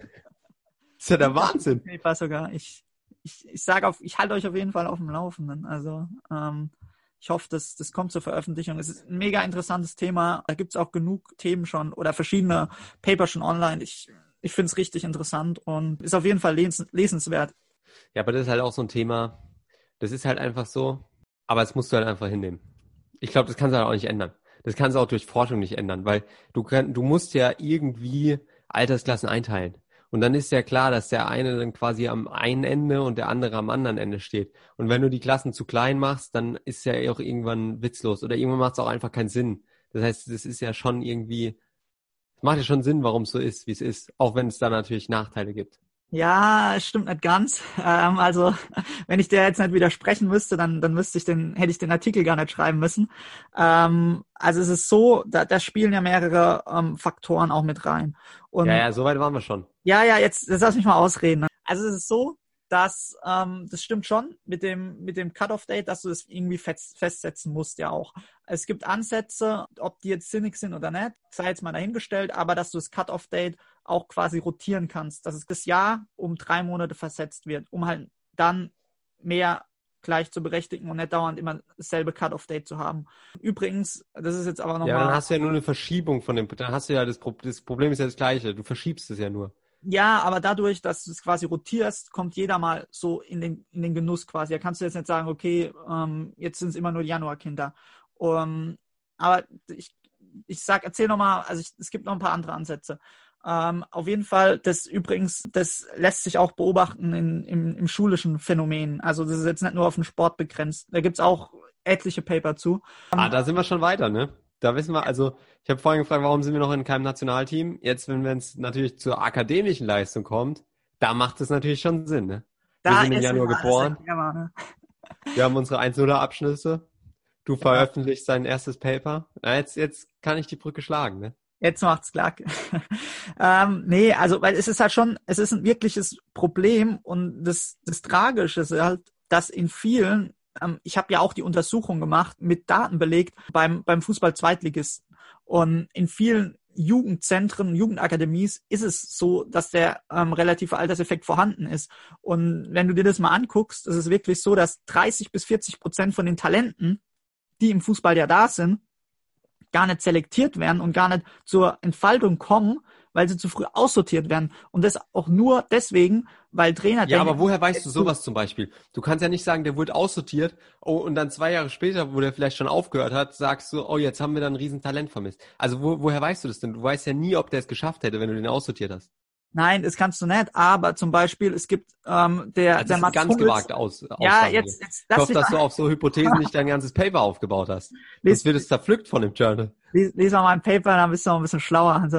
ist ja der Wahnsinn. Paper sogar. Ich, ich, ich sage auf, ich halte euch auf jeden Fall auf dem Laufenden. Also, ähm, ich hoffe, das, das kommt zur Veröffentlichung. Es ist ein mega interessantes Thema. Da gibt es auch genug Themen schon oder verschiedene Paper schon online. Ich, ich finde es richtig interessant und ist auf jeden Fall les- lesenswert. Ja, aber das ist halt auch so ein Thema, das ist halt einfach so, aber das musst du halt einfach hinnehmen. Ich glaube, das kannst du halt auch nicht ändern. Das kannst du auch durch Forschung nicht ändern, weil du, kann, du musst ja irgendwie Altersklassen einteilen. Und dann ist ja klar, dass der eine dann quasi am einen Ende und der andere am anderen Ende steht. Und wenn du die Klassen zu klein machst, dann ist ja auch irgendwann witzlos. Oder irgendwann macht es auch einfach keinen Sinn. Das heißt, das ist ja schon irgendwie, es macht ja schon Sinn, warum es so ist, wie es ist. Auch wenn es da natürlich Nachteile gibt. Ja, es stimmt nicht ganz. Ähm, also, wenn ich dir jetzt nicht widersprechen müsste, dann, dann müsste ich den, hätte ich den Artikel gar nicht schreiben müssen. Ähm, also es ist so, da, da spielen ja mehrere ähm, Faktoren auch mit rein. Und ja, ja, so weit waren wir schon. Ja, ja, jetzt, jetzt lass mich mal ausreden. Also es ist so, dass ähm, das stimmt schon mit dem mit dem Cut-off-Date, dass du das irgendwie fest, festsetzen musst ja auch. Es gibt Ansätze, ob die jetzt sinnig sind oder nicht, sei jetzt mal dahingestellt, aber dass du das Cut-off-Date auch quasi rotieren kannst, dass es das Jahr um drei Monate versetzt wird, um halt dann mehr gleich zu berechtigen und nicht dauernd immer dasselbe Cut-off-Date zu haben. Übrigens, das ist jetzt aber nochmal... Ja, dann hast du ja nur eine Verschiebung von dem, dann hast du ja, das, Pro- das Problem ist ja das gleiche, du verschiebst es ja nur. Ja, aber dadurch, dass du es quasi rotierst, kommt jeder mal so in den, in den Genuss quasi. Da kannst du jetzt nicht sagen, okay, ähm, jetzt sind es immer nur die Januarkinder. Um, aber ich, ich sag, erzähl nochmal, also ich, es gibt noch ein paar andere Ansätze. Ähm, auf jeden Fall, das übrigens, das lässt sich auch beobachten in, im, im schulischen Phänomen. Also das ist jetzt nicht nur auf den Sport begrenzt. Da gibt's auch etliche Paper zu. Ah, da sind wir schon weiter, ne? Da wissen wir, also ich habe vorhin gefragt, warum sind wir noch in keinem Nationalteam? Jetzt, wenn es natürlich zur akademischen Leistung kommt, da macht es natürlich schon Sinn, ne? Wir Da sind im ist Januar immer geboren, alles erklärbar, ne? wir haben unsere eins null Abschlüsse, du veröffentlichst dein erstes Paper. Na, jetzt, jetzt kann ich die Brücke schlagen, ne? Jetzt macht's klar. ähm, nee, also, weil es ist halt schon, es ist ein wirkliches Problem und das, das Tragische ist halt, dass in vielen, ähm, ich habe ja auch die Untersuchung gemacht, mit Daten belegt beim, beim Fußball-Zweitligisten und in vielen Jugendzentren, Jugendakademies ist es so, dass der ähm, relative Alterseffekt vorhanden ist. Und wenn du dir das mal anguckst, ist es wirklich so, dass dreißig bis vierzig Prozent von den Talenten, die im Fußball ja da sind, gar nicht selektiert werden und gar nicht zur Entfaltung kommen, weil sie zu früh aussortiert werden. Und das auch nur deswegen, weil Trainer Ja, denken, aber woher weißt du sowas zum Beispiel? Du kannst ja nicht sagen, der wurde aussortiert, oh, und dann zwei Jahre später, wo der vielleicht schon aufgehört hat, sagst du, oh, jetzt haben wir da ein riesen Talent vermisst. Also wo, woher weißt du das denn? Du weißt ja nie, ob der es geschafft hätte, wenn du den aussortiert hast. Nein, das kannst du nicht, aber zum Beispiel, es gibt ähm, der, Das der ist eine Mats ganz Hummels, gewagte Aus Aussage. ja, jetzt, jetzt Ich lass hoffe, mich dass mal, du auf so Hypothesen nicht dein ganzes Paper aufgebaut hast. Lies- Sonst wird es zerpflückt von dem Journal. lies, lies mal mein Paper, dann bist du noch ein bisschen schlauer. Also,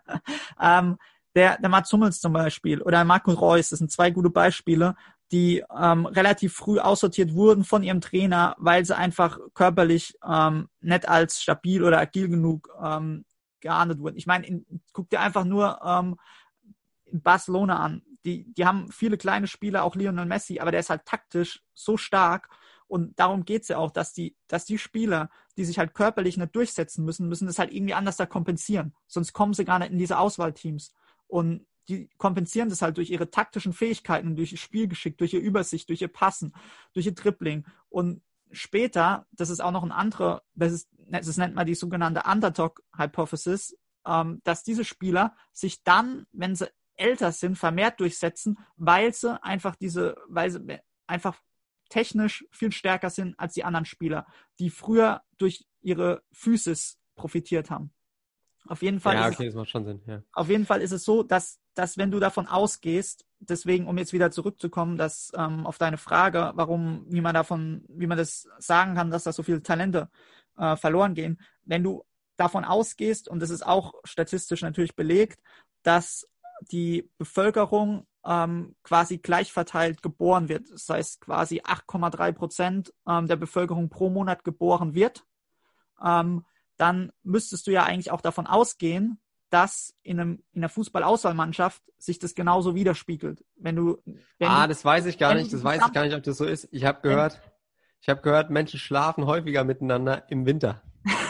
ähm, der, der Mats Hummels zum Beispiel oder Marco Reus, das sind zwei gute Beispiele, die ähm, relativ früh aussortiert wurden von ihrem Trainer, weil sie einfach körperlich ähm, nicht als stabil oder agil genug ähm, geahndet wurden. Ich meine, guck dir einfach nur ähm, in Barcelona an. Die, die haben viele kleine Spieler, auch Lionel Messi, aber der ist halt taktisch so stark. Und darum geht's ja auch, dass die, dass die Spieler, die sich halt körperlich nicht durchsetzen müssen, müssen das halt irgendwie anders da kompensieren. Sonst kommen sie gar nicht in diese Auswahlteams. Und die kompensieren das halt durch ihre taktischen Fähigkeiten, durch ihr Spielgeschick, durch ihr Übersicht, durch ihr Passen, durch ihr Dribbling. Und später, das ist auch noch ein anderer, das ist, das nennt man die sogenannte Underdog-Hypothesis, ähm, dass diese Spieler sich dann, wenn sie älter sind, vermehrt durchsetzen, weil sie einfach diese, weil sie einfach technisch viel stärker sind als die anderen Spieler, die früher durch ihre Physis profitiert haben. Auf jeden Fall, Ja, ist, okay, es, das macht schon Sinn, ja. auf jeden Fall ist es so, dass, dass wenn du davon ausgehst, deswegen, um jetzt wieder zurückzukommen, dass ähm, auf deine Frage, warum, wie man davon, wie man das sagen kann, dass da so viele Talente äh, verloren gehen, wenn du davon ausgehst, und das ist auch statistisch natürlich belegt, dass die Bevölkerung ähm, quasi gleich verteilt geboren wird. Das heißt, quasi acht Komma drei Prozent ähm, der Bevölkerung pro Monat geboren wird. Ähm, dann müsstest du ja eigentlich auch davon ausgehen, dass in, einem, in einer Fußball-Auswahlmannschaft sich das genauso widerspiegelt. Wenn du, wenn Ah, du, das weiß ich gar wenn nicht. du Das weiß ich gar nicht, ob das so ist. Ich habe wenn, gehört, ich habe gehört, Menschen schlafen häufiger miteinander im Winter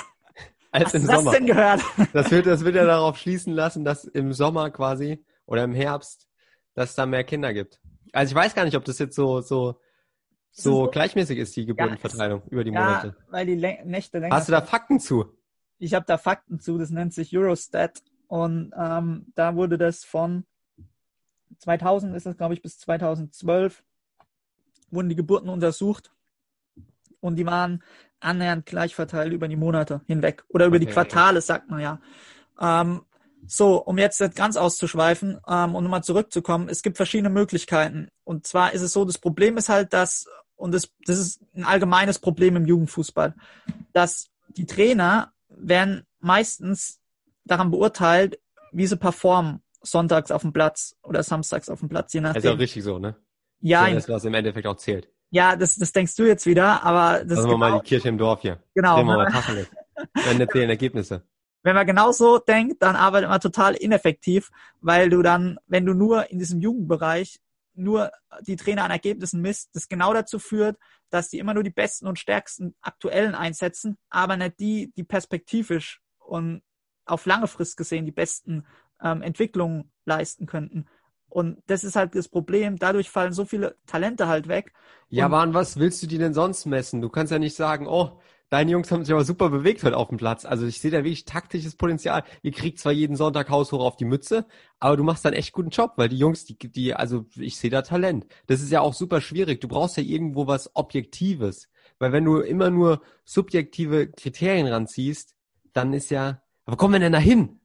als hast im du das Sommer. denn gehört? Das wird, das wird ja darauf schließen lassen, dass im Sommer quasi oder im Herbst, dass es da mehr Kinder gibt. Also ich weiß gar nicht, ob das jetzt so, so, so so, gleichmäßig ist, die ja, Geburtenverteilung über die ja, Monate. weil die Lä- Nächte länger Hast du da sind. Fakten zu? Ich habe da Fakten zu, das nennt sich Eurostat. Und ähm, da wurde das von zweitausend ist das, glaube ich, bis zweitausendzwölf wurden die Geburten untersucht und die waren annähernd gleich verteilt über die Monate hinweg oder über die Okay. Quartale, sagt man ja. Ähm, so, um jetzt nicht ganz auszuschweifen ähm, und nochmal zurückzukommen, es gibt verschiedene Möglichkeiten. Und zwar ist es so, das Problem ist halt, dass, und das, das ist ein allgemeines Problem im Jugendfußball, dass die Trainer werden meistens daran beurteilt, wie sie performen, sonntags auf dem Platz oder samstags auf dem Platz, je Das ist auch nachdem. richtig so, ne? Ja, Das ist das, was im Endeffekt auch zählt. ja, das, das denkst du jetzt wieder, aber das Lassen ist wir mal genau, die Kirche im Dorf hier. genau. Drehen wir mal Tacheles. Wenn nicht zählen Ergebnisse. Wenn man genau so denkt, dann arbeitet man total ineffektiv, weil du dann, wenn du nur in diesem Jugendbereich nur die Trainer an Ergebnissen misst, das genau dazu führt, dass die immer nur die besten und stärksten aktuellen einsetzen, aber nicht die, die perspektivisch und auf lange Frist gesehen die besten ähm, Entwicklungen leisten könnten. Und das ist halt das Problem. Dadurch fallen so viele Talente halt weg. Ja, Und aber an was willst du die denn sonst messen? Du kannst ja nicht sagen, oh, deine Jungs haben sich aber super bewegt heute auf dem Platz. Also ich sehe da wirklich taktisches Potenzial. Ihr kriegt zwar jeden Sonntag haushoch auf die Mütze, aber du machst dann echt guten Job, weil die Jungs, die, die, also ich sehe da Talent. Das ist ja auch super schwierig. Du brauchst ja irgendwo was Objektives. Weil wenn du immer nur subjektive Kriterien ranziehst, dann ist ja, aber kommen wir denn da hin?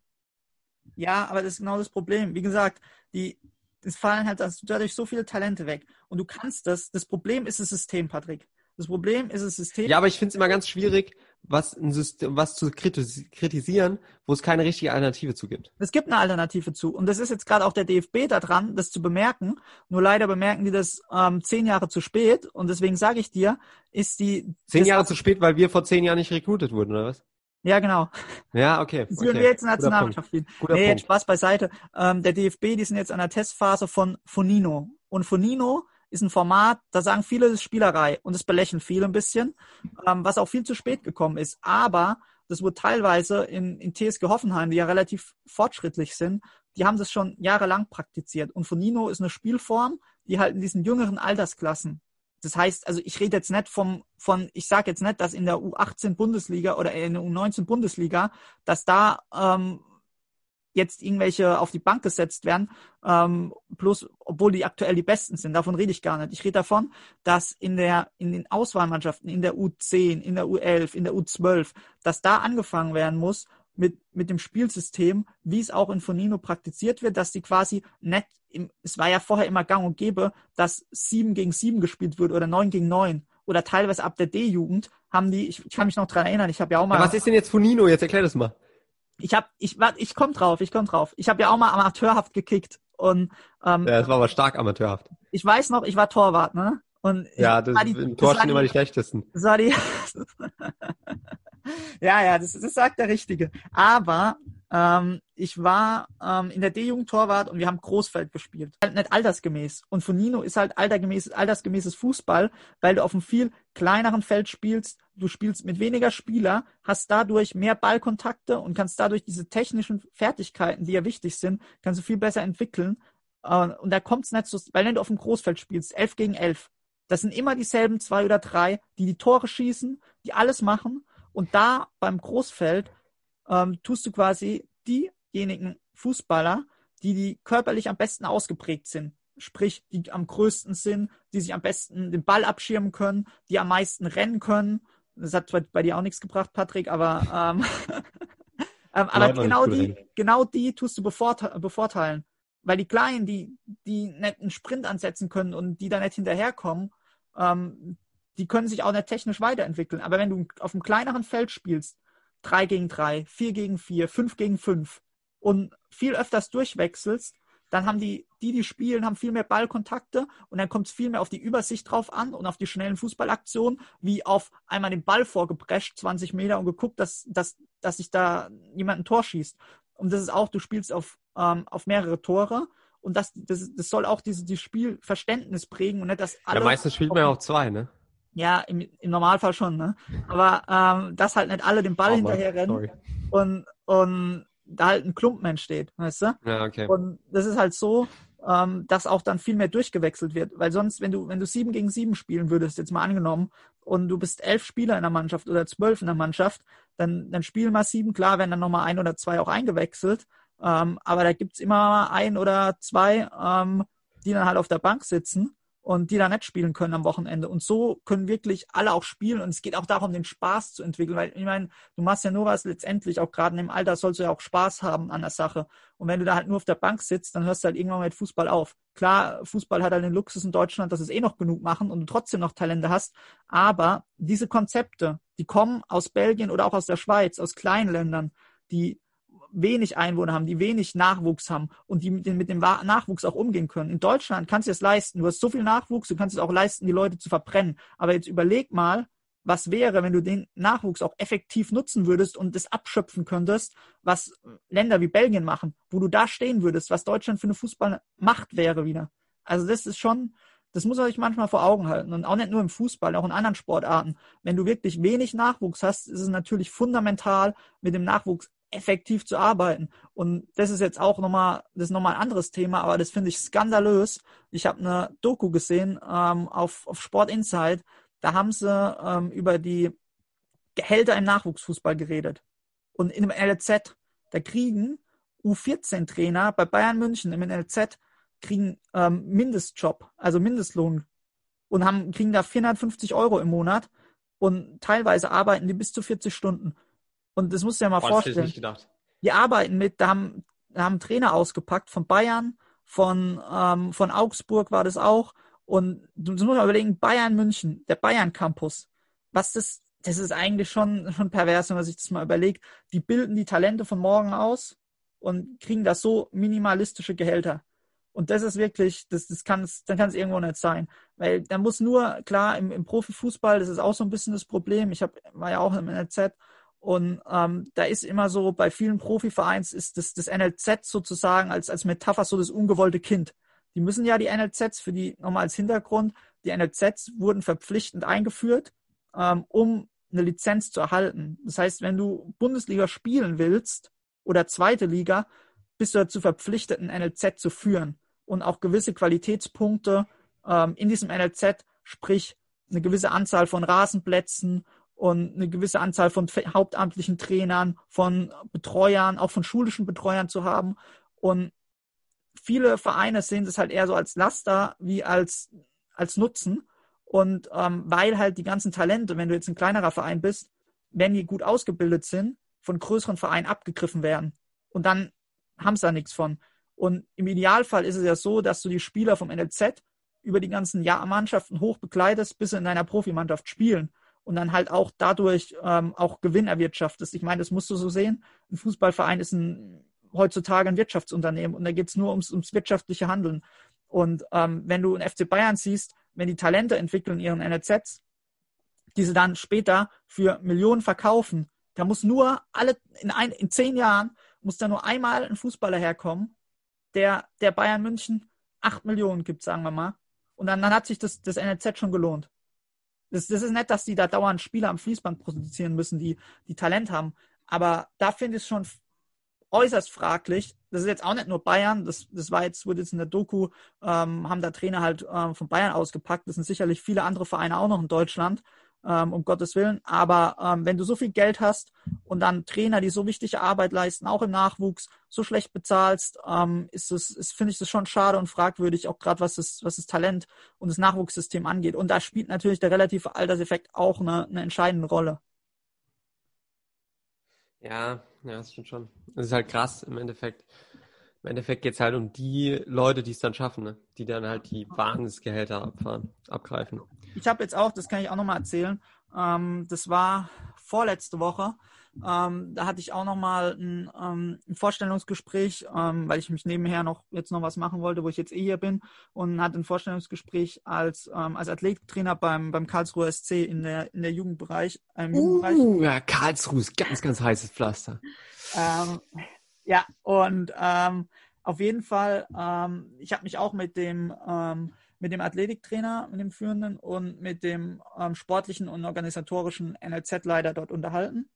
ja, aber das ist genau das Problem. Wie gesagt, die, es fallen halt dadurch so viele Talente weg. Und du kannst das, das Problem ist das System, Patrick. Das Problem ist das System. Ja, aber ich finde es immer ganz schwierig, was, ein System, was zu kritis- kritisieren, wo es keine richtige Alternative zu gibt. Es gibt eine Alternative zu. Und das ist jetzt gerade auch der D F B da dran, das zu bemerken. Nur leider bemerken die das ähm, zehn Jahre zu spät. Und deswegen sage ich dir, ist die... Zehn Jahre das, zu spät, weil wir vor zehn Jahren nicht recruited wurden, oder was? Ja, genau. Ja, okay. Das würden okay. wir jetzt in der Guter Nationalmannschaft spielen. Guter Nee, Punkt. Spaß beiseite. Ähm, der D F B, die sind jetzt an der Testphase von Fonino. Und Fonino ist ein Format, da sagen viele, das ist Spielerei. Und das belächeln viele ein bisschen, ähm, was auch viel zu spät gekommen ist. Aber das wurde teilweise in, in T S G Hoffenheim, die ja relativ fortschrittlich sind, die haben das schon jahrelang praktiziert. Und Fonino ist eine Spielform, die halt in diesen jüngeren Altersklassen. Das heißt, also ich rede jetzt nicht vom, von, ich sage jetzt nicht, dass in der U achtzehn Bundesliga oder in der U neunzehn Bundesliga, dass da ähm, jetzt irgendwelche auf die Bank gesetzt werden, ähm, bloß obwohl die aktuell die Besten sind. Davon rede ich gar nicht. Ich rede davon, dass in der in den Auswahlmannschaften, in der U zehn, in der U elf, in der U zwölf, dass da angefangen werden muss mit mit dem Spielsystem, wie es auch in Fonino praktiziert wird, dass die quasi nicht, im, es war ja vorher immer gang und gäbe, dass sieben gegen sieben gespielt wird oder neun gegen neun oder teilweise ab der D-Jugend haben die, ich, ich kann mich noch dran erinnern, ich habe ja auch mal... Ja, was ist denn jetzt Fonino? Jetzt erklär das mal. Ich hab, ich warte, ich komm drauf, ich komm drauf. Ich habe ja auch mal amateurhaft gekickt und ähm, Ja, das war aber stark amateurhaft. ich weiß noch, ich war Torwart, ne? Und ich, Ja, das war die, im das Tor war stehen immer die, die schlechtesten. das war die, ja, ja, das, das sagt der Richtige. Aber ähm, ich war ähm, in der D-Jugend Torwart und wir haben Großfeld gespielt. Halt nicht altersgemäß. Und Fonino ist halt altergemäß, altersgemäßes Fußball, weil du auf einem viel kleineren Feld spielst. Du spielst mit weniger Spieler, hast dadurch mehr Ballkontakte und kannst dadurch diese technischen Fertigkeiten, die ja wichtig sind, kannst du viel besser entwickeln. Und da kommt es nicht so, weil wenn du auf dem Großfeld spielst, elf gegen elf, das sind immer dieselben zwei oder drei, die die Tore schießen, die alles machen. Und da beim Großfeld ähm, tust du quasi diejenigen Fußballer, die, die körperlich am besten ausgeprägt sind, sprich, die am größten sind, die sich am besten den Ball abschirmen können, die am meisten rennen können. Das hat zwar bei dir auch nichts gebracht, Patrick, aber, ähm, ähm, aber genau die, genau die tust du bevorte- bevorteilen. weil die Kleinen, die, die nicht einen Sprint ansetzen können und die da nicht hinterherkommen, ähm, die können sich auch nicht technisch weiterentwickeln. Aber wenn du auf einem kleineren Feld spielst, drei gegen drei, vier gegen vier, fünf gegen fünf und viel öfters durchwechselst, dann haben die, die, die spielen, haben viel mehr Ballkontakte und dann kommt es viel mehr auf die Übersicht drauf an und auf die schnellen Fußballaktionen, wie auf einmal den Ball vorgeprescht, zwanzig Meter und geguckt, dass, dass, dass sich da jemand ein Tor schießt. Und das ist auch, du spielst auf, ähm, auf mehrere Tore und das, das, das soll auch dieses, dieses Spielverständnis prägen und nicht, dass alle... Ja, meistens spielt man ja auch zwei, ne? Ja, im, im Normalfall schon, ne? Aber ähm, dass halt nicht alle den Ball Oh, hinterher Mann, rennen sorry. und, und da halt ein Klumpen entsteht, weißt du? Ja, okay. Und das ist halt so, ähm, dass auch dann viel mehr durchgewechselt wird. Weil sonst, wenn du, wenn du sieben gegen sieben spielen würdest, jetzt mal angenommen, und du bist elf Spieler in der Mannschaft oder zwölf in der Mannschaft, dann, dann spielen mal sieben, klar, werden dann nochmal ein oder zwei auch eingewechselt. Ähm, aber da gibt's immer ein oder zwei, ähm, die dann halt auf der Bank sitzen und die da nicht spielen können am Wochenende. Und so können wirklich alle auch spielen. Und es geht auch darum, den Spaß zu entwickeln. Weil ich meine, du machst ja nur was letztendlich, auch gerade in dem Alter sollst du ja auch Spaß haben an der Sache. Und wenn du da halt nur auf der Bank sitzt, dann hörst du halt irgendwann mit Fußball auf. Klar, Fußball hat halt den Luxus in Deutschland, dass es eh noch genug machen und du trotzdem noch Talente hast. Aber diese Konzepte, die kommen aus Belgien oder auch aus der Schweiz, aus kleinen Ländern, die wenig Einwohner haben, die wenig Nachwuchs haben und die mit dem, mit dem Nachwuchs auch umgehen können. In Deutschland kannst du es leisten. Du hast so viel Nachwuchs, du kannst es auch leisten, die Leute zu verbrennen. Aber jetzt überleg mal, was wäre, wenn du den Nachwuchs auch effektiv nutzen würdest und das abschöpfen könntest, was Länder wie Belgien machen, wo du da stehen würdest, was Deutschland für eine Fußballmacht wäre wieder. Also das ist schon, das muss man sich manchmal vor Augen halten. Und auch nicht nur im Fußball, auch in anderen Sportarten. Wenn du wirklich wenig Nachwuchs hast, ist es natürlich fundamental, mit dem Nachwuchs effektiv zu arbeiten. Und das ist jetzt auch nochmal, das ist nochmal ein anderes Thema, aber das finde ich skandalös. Ich habe eine Doku gesehen ähm, auf, auf Sport Insight. Da haben sie ähm, über die Gehälter im Nachwuchsfußball geredet. Und in dem L L Z, da kriegen U vierzehn Trainer bei Bayern München im N L Z kriegen ähm, Mindestjob, also Mindestlohn und haben, kriegen da vierhundertfünfzig Euro im Monat und teilweise arbeiten die bis zu vierzig Stunden. Und das musst du dir mal Boah, das hätte ich vorstellen. nicht gedacht. Die arbeiten mit, da haben, da haben Trainer ausgepackt von Bayern, von, ähm, von Augsburg war das auch. Und du musst mal überlegen, Bayern München, der Bayern Campus, was das, das ist eigentlich schon, schon pervers, wenn man sich das mal überlegt. Die bilden die Talente von morgen aus und kriegen da so minimalistische Gehälter. Und das ist wirklich, das, das kann es, dann kann es irgendwo nicht sein. Weil da muss nur, klar, im, im Profifußball, das ist auch so ein bisschen das Problem. Ich hab, war ja auch im N L Z. Und ähm, da ist immer so, bei vielen Profivereins ist das, das N L Z sozusagen als, als Metapher so das ungewollte Kind. Die müssen ja die N L Zs, für die nochmal als Hintergrund, die N L Zs wurden verpflichtend eingeführt, ähm, um eine Lizenz zu erhalten. Das heißt, wenn du Bundesliga spielen willst oder zweite Liga, bist du dazu verpflichtet, ein N L Z zu führen und auch gewisse Qualitätspunkte ähm, in diesem N L Z, sprich eine gewisse Anzahl von Rasenplätzen und eine gewisse Anzahl von hauptamtlichen Trainern, von Betreuern, auch von schulischen Betreuern zu haben. Und viele Vereine sehen das halt eher so als Laster wie als, als Nutzen. Und ähm, weil halt die ganzen Talente, wenn du jetzt ein kleinerer Verein bist, wenn die gut ausgebildet sind, von größeren Vereinen abgegriffen werden. Und dann haben sie da nichts von. Und im Idealfall ist es ja so, dass du die Spieler vom N L Z über die ganzen Jahrmannschaften hoch begleitest, bis sie in deiner Profimannschaft spielen. Und dann halt auch dadurch ähm, auch Gewinn erwirtschaftest. Ich meine, das musst du so sehen. Ein Fußballverein ist ein, heutzutage ein Wirtschaftsunternehmen und da geht es nur ums, ums wirtschaftliche Handeln. Und ähm, wenn du einen F C Bayern siehst, wenn die Talente entwickeln in ihren N L Zs, die sie dann später für Millionen verkaufen, da muss nur alle, in, ein, in zehn Jahren muss da nur einmal ein Fußballer herkommen, der, der Bayern München acht Millionen gibt, sagen wir mal. Und dann, dann hat sich das, das N L Z schon gelohnt. Das, das ist nicht, dass die da dauernd Spieler am Fließband produzieren müssen, die, die Talent haben. Aber da finde ich es schon äußerst fraglich. Das ist jetzt auch nicht nur Bayern. Das, das war jetzt, wurde jetzt in der Doku, ähm, haben da Trainer halt ähm, von Bayern ausgepackt. Das sind sicherlich viele andere Vereine auch noch in Deutschland, ähm, um Gottes Willen. Aber ähm, wenn du so viel Geld hast und dann Trainer, die so wichtige Arbeit leisten, auch im Nachwuchs, so schlecht bezahlst, ähm, ist es, ist, finde ich das schon schade und fragwürdig, auch gerade was das, was das Talent und das Nachwuchssystem angeht. Und da spielt natürlich der relative Alterseffekt auch eine, eine entscheidende Rolle. Ja, ja, das stimmt schon. Es ist halt krass im Endeffekt, Im Endeffekt geht es halt um die Leute, die es dann schaffen, ne? Die dann halt die Wahnsinnsgehälter abfahren, abgreifen. Ich habe jetzt auch, das kann ich auch nochmal erzählen, ähm, das war vorletzte Woche, ähm, da hatte ich auch nochmal ein, ähm, ein Vorstellungsgespräch, ähm, weil ich mich nebenher noch jetzt noch was machen wollte, wo ich jetzt eh hier bin, und hatte ein Vorstellungsgespräch als, ähm, als Athletiktrainer beim, beim Karlsruher S C in der, in der Jugendbereich. Im Jugendbereich. Uh, ja, Karlsruhe ist ganz, ganz heißes Pflaster. Ähm, ja, und ähm, auf jeden Fall, ähm, ich habe mich auch mit dem, ähm, mit dem Athletiktrainer, mit dem Führenden und mit dem ähm, sportlichen und organisatorischen N L Z-Leiter dort unterhalten.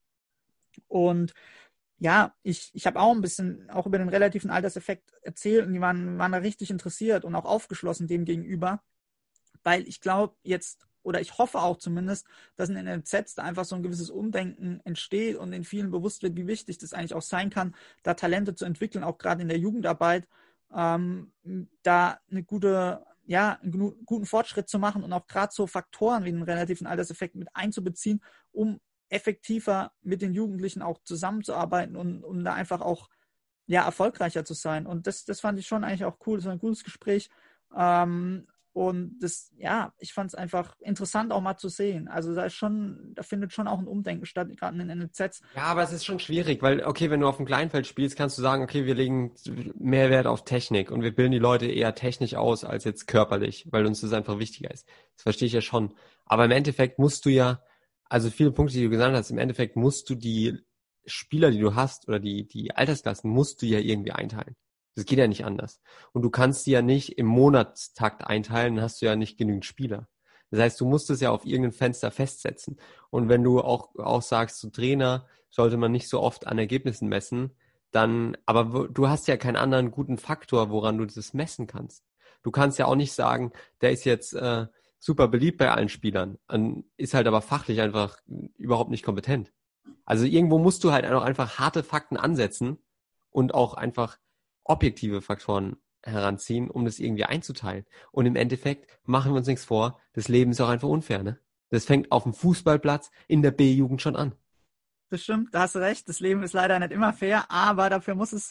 Und ja, ich, ich habe auch ein bisschen auch über den relativen Alterseffekt erzählt, und die waren, waren da richtig interessiert und auch aufgeschlossen dem gegenüber, weil ich glaube jetzt, oder ich hoffe auch zumindest, dass in den N L Zs da einfach so ein gewisses Umdenken entsteht und in vielen bewusst wird, wie wichtig das eigentlich auch sein kann, da Talente zu entwickeln, auch gerade in der Jugendarbeit, ähm, da eine gute, ja, einen guten Fortschritt zu machen und auch gerade so Faktoren wie den relativen Alterseffekt mit einzubeziehen, um effektiver mit den Jugendlichen auch zusammenzuarbeiten und, und da einfach auch ja, erfolgreicher zu sein. Und das, das fand ich schon eigentlich auch cool. Das war ein gutes Gespräch. Ähm, und das, ja, ich fand es einfach interessant auch mal zu sehen. Also da ist schon, da findet schon auch ein Umdenken statt, gerade in den N L Zs. Ja, aber es ist schon schwierig, weil, okay, wenn du auf dem Kleinfeld spielst, kannst du sagen, okay, wir legen mehr Wert auf Technik und wir bilden die Leute eher technisch aus als jetzt körperlich, weil uns das einfach wichtiger ist. Das verstehe ich ja schon. Aber im Endeffekt musst du ja, also viele Punkte, die du genannt hast, im Endeffekt musst du die Spieler, die du hast oder die, die Altersklassen, musst du ja irgendwie einteilen. Das geht ja nicht anders. Und du kannst die ja nicht im Monatstakt einteilen, dann hast du ja nicht genügend Spieler. Das heißt, du musst es ja auf irgendein Fenster festsetzen. Und wenn du auch, auch sagst, zu Trainer sollte man nicht so oft an Ergebnissen messen, dann, aber du hast ja keinen anderen guten Faktor, woran du das messen kannst. Du kannst ja auch nicht sagen, der ist jetzt äh, super beliebt bei allen Spielern, ist halt aber fachlich einfach überhaupt nicht kompetent. Also irgendwo musst du halt auch einfach harte Fakten ansetzen und auch einfach objektive Faktoren heranziehen, um das irgendwie einzuteilen. Und im Endeffekt machen wir uns nichts vor, das Leben ist auch einfach unfair, ne? Das fängt auf dem Fußballplatz in der B-Jugend schon an. Das stimmt, da hast du recht. Das Leben ist leider nicht immer fair, aber dafür muss es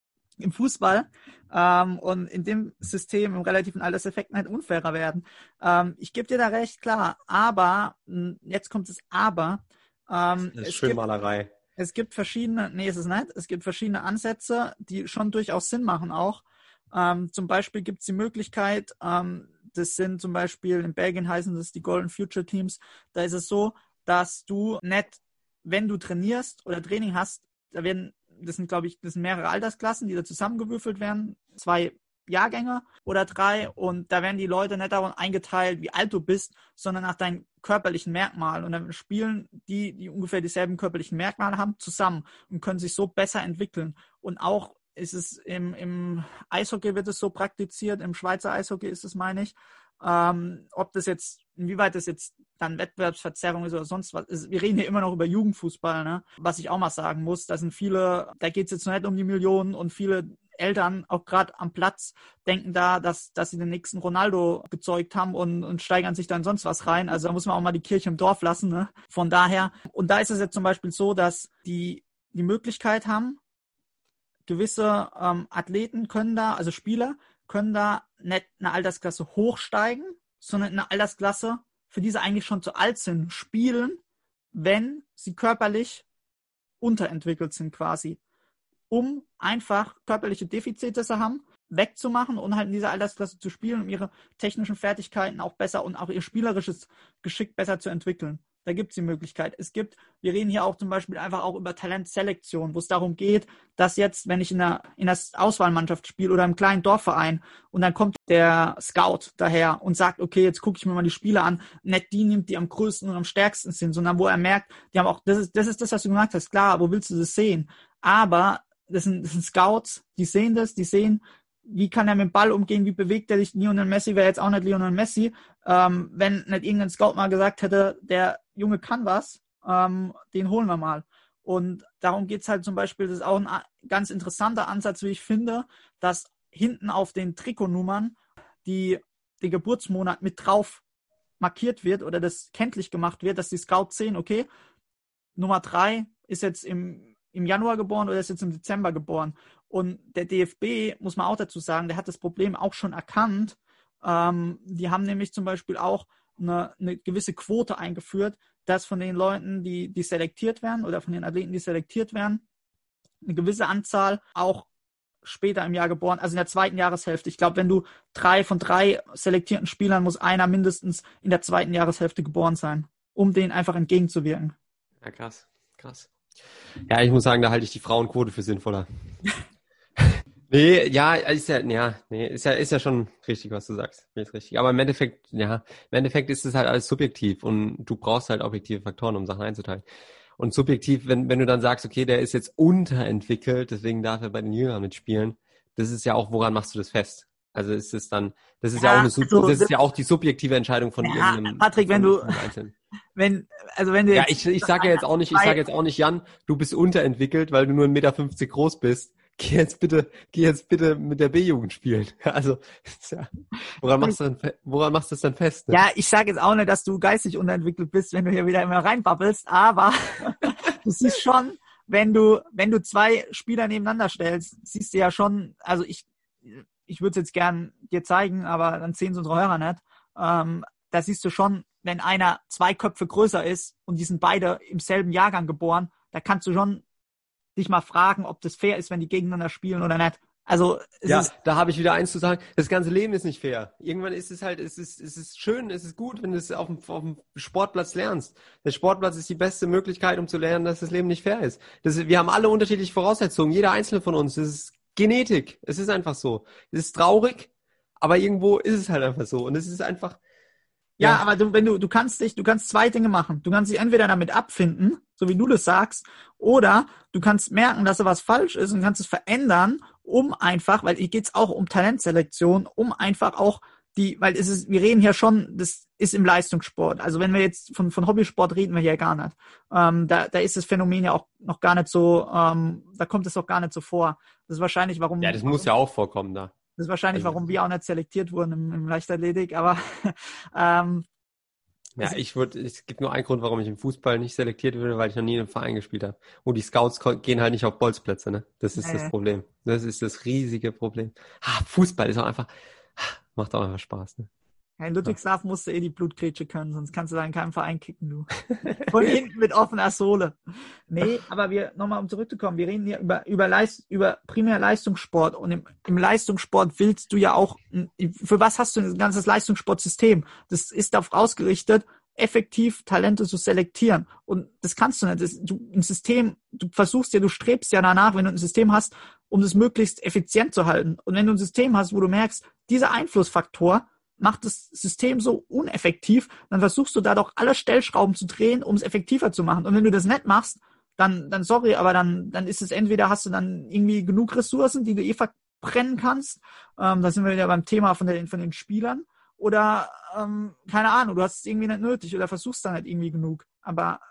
im Fußball ähm, und in dem System im relativen Alterseffekt halt unfairer werden. Ähm, ich gebe dir da recht, klar, aber, jetzt kommt das Aber, ähm, Das ist es schön gibt, Malerei. es gibt verschiedene, nee, ist es nicht, es gibt verschiedene Ansätze, die schon durchaus Sinn machen auch. Ähm, zum Beispiel gibt es die Möglichkeit, ähm, das sind zum Beispiel, in Belgien heißen das die Golden Future Teams, da ist es so, dass du nicht, wenn du trainierst oder Training hast, da werden, das sind glaube ich, das sind mehrere Altersklassen, die da zusammengewürfelt werden, zwei Jahrgänge oder drei, und da werden die Leute nicht daran eingeteilt, wie alt du bist, sondern nach deinen körperlichen Merkmalen, und dann spielen die, die ungefähr dieselben körperlichen Merkmale haben, zusammen und können sich so besser entwickeln. Und auch ist es im, im Eishockey wird es so praktiziert, im Schweizer Eishockey ist es, meine ich, ähm, ob das jetzt, inwieweit das jetzt dann Wettbewerbsverzerrung ist oder sonst was. Ist, wir reden hier immer noch über Jugendfußball, ne? Was ich auch mal sagen muss, da sind viele, da geht es jetzt noch nicht um die Millionen, und viele Eltern, auch gerade am Platz, denken da, dass, dass sie den nächsten Ronaldo gezeugt haben und, und steigern sich dann sonst was rein. Also da muss man auch mal die Kirche im Dorf lassen. Ne? Von daher, und da ist es jetzt zum Beispiel so, dass die die Möglichkeit haben, gewisse ähm, Athleten können da, also Spieler, können da nicht eine Altersklasse hochsteigen, sondern in eine Altersklasse, für die sie eigentlich schon zu alt sind, spielen, wenn sie körperlich unterentwickelt sind quasi, um einfach körperliche Defizite zu haben, wegzumachen und halt in dieser Altersklasse zu spielen, um ihre technischen Fertigkeiten auch besser und auch ihr spielerisches Geschick besser zu entwickeln. Da gibt es die Möglichkeit. Es gibt, wir reden hier auch zum Beispiel einfach auch über Talentselektion, wo es darum geht, dass jetzt, wenn ich in einer, in einer Auswahlmannschaft spiele oder im kleinen Dorfverein, und dann kommt der Scout daher und sagt, okay, jetzt gucke ich mir mal die Spieler an, nicht die nimmt, die am größten und am stärksten sind, sondern wo er merkt, die haben auch, das ist das, ist das was du gesagt hast, klar, wo willst du das sehen? Aber das sind, das sind Scouts, die sehen das, die sehen, wie kann er mit dem Ball umgehen, wie bewegt er sich. Lionel Messi wäre jetzt auch nicht Lionel Messi, ähm, wenn nicht irgendein Scout mal gesagt hätte, der Junge kann was, ähm, den holen wir mal. Und darum geht es halt zum Beispiel, das ist auch ein ganz interessanter Ansatz, wie ich finde, dass hinten auf den Trikotnummern die, der Geburtsmonat mit drauf markiert wird oder das kenntlich gemacht wird, dass die Scouts sehen, okay, Nummer drei ist jetzt im im Januar geboren oder ist jetzt im Dezember geboren. Und der D F B, muss man auch dazu sagen, der hat das Problem auch schon erkannt. Ähm, die haben nämlich zum Beispiel auch eine, eine gewisse Quote eingeführt, dass von den Leuten, die, die selektiert werden oder von den Athleten, die selektiert werden, eine gewisse Anzahl auch später im Jahr geboren, also in der zweiten Jahreshälfte. Ich glaube, wenn du drei von drei selektierten Spielern, muss einer mindestens in der zweiten Jahreshälfte geboren sein, um denen einfach entgegenzuwirken. Ja, krass, krass. Ja, ich muss sagen, da halte ich die Frauenquote für sinnvoller. Nee, ja, ist ja, ja, nee, ist ja, ist ja schon richtig, was du sagst. Ist richtig. Aber im Endeffekt, ja, im Endeffekt ist es halt alles subjektiv und du brauchst halt objektive Faktoren, um Sachen einzuteilen. Und subjektiv, wenn, wenn du dann sagst, okay, der ist jetzt unterentwickelt, deswegen darf er bei den Jüngern mitspielen, das ist ja auch, woran machst du das fest? Also ist es dann, das ist ja, ja auch eine, also, das ist ja auch die subjektive Entscheidung von ja, irgendeinem. Patrick, wenn du, wenn, also wenn du jetzt. Ja, ich, ich sage ja jetzt auch nicht, ich sage jetzt auch nicht, Jan, du bist unterentwickelt, weil du nur ein Meter fünfzig groß bist. Geh jetzt bitte, geh jetzt bitte mit der B-Jugend spielen. Also, ja, woran machst du dann, woran machst du das dann fest? Ne? Ja, ich sage jetzt auch nicht, dass du geistig unterentwickelt bist, wenn du hier wieder immer reinbabbelst, aber du siehst schon, wenn du, wenn du zwei Spieler nebeneinander stellst, siehst du ja schon, also ich, ich würde es jetzt gern dir zeigen, aber dann sehen es unsere Hörer nicht. Ähm, da siehst du schon, wenn einer zwei Köpfe größer ist und die sind beide im selben Jahrgang geboren, da kannst du schon dich mal fragen, ob das fair ist, wenn die gegeneinander spielen oder nicht. Also es ja, ist, da habe ich wieder eins zu sagen. Das ganze Leben ist nicht fair. Irgendwann ist es halt, es ist, es ist schön, es ist gut, wenn du es auf dem, auf dem Sportplatz lernst. Der Sportplatz ist die beste Möglichkeit, um zu lernen, dass das Leben nicht fair ist. Das, wir haben alle unterschiedliche Voraussetzungen, jeder einzelne von uns. Das ist Genetik. Es ist einfach so. Es ist traurig, aber irgendwo ist es halt einfach so. Und es ist einfach. Ja, ja, aber du, wenn du, du kannst dich, du kannst zwei Dinge machen. Du kannst dich entweder damit abfinden, so wie du das sagst, oder du kannst merken, dass da was falsch ist und kannst es verändern, um einfach, weil hier geht's auch um Talentselektion, um einfach auch die, weil es ist, wir reden hier schon, das ist im Leistungssport. Also wenn wir jetzt von, von Hobbysport reden wir hier gar nicht. Ähm, da, da ist das Phänomen ja auch noch gar nicht so, ähm, da kommt es auch gar nicht so vor. Das ist wahrscheinlich, warum. Ja, das muss ja auch vorkommen da. Das ist wahrscheinlich, warum wir auch nicht selektiert wurden im, im Leichtathletik, aber ähm, ja, ich würde, es gibt nur einen Grund, warum ich im Fußball nicht selektiert würde, weil ich noch nie in einem Verein gespielt habe. Und die Scouts gehen halt nicht auf Bolzplätze, ne? Das ist äh. das Problem. Das ist das riesige Problem. Ah, Fußball ist auch einfach, macht auch einfach Spaß, ne? Ja, in Ludwigshafen musst du eh die Blutgrätsche können, sonst kannst du da in keinem Verein kicken, du. Von hinten mit offener Sohle. Nee, aber wir, nochmal um zurückzukommen, wir reden hier über, über, Leist, über primär Leistungssport und im, im Leistungssport willst du ja auch, für was hast du ein ganzes Leistungssportsystem? Das ist darauf ausgerichtet, effektiv Talente zu selektieren. Und das kannst du nicht. Das, du, ein System, du versuchst ja, du strebst ja danach, wenn du ein System hast, um das möglichst effizient zu halten. Und wenn du ein System hast, wo du merkst, dieser Einflussfaktor macht das System so uneffektiv, dann versuchst du da doch alle Stellschrauben zu drehen, um es effektiver zu machen. Und wenn du das nicht machst, dann, dann sorry, aber dann, dann ist es entweder hast du dann irgendwie genug Ressourcen, die du eh verbrennen kannst. Ähm, da sind wir wieder beim Thema von den, von den Spielern. Oder, ähm, keine Ahnung, du hast es irgendwie nicht nötig oder versuchst da nicht irgendwie genug. Aber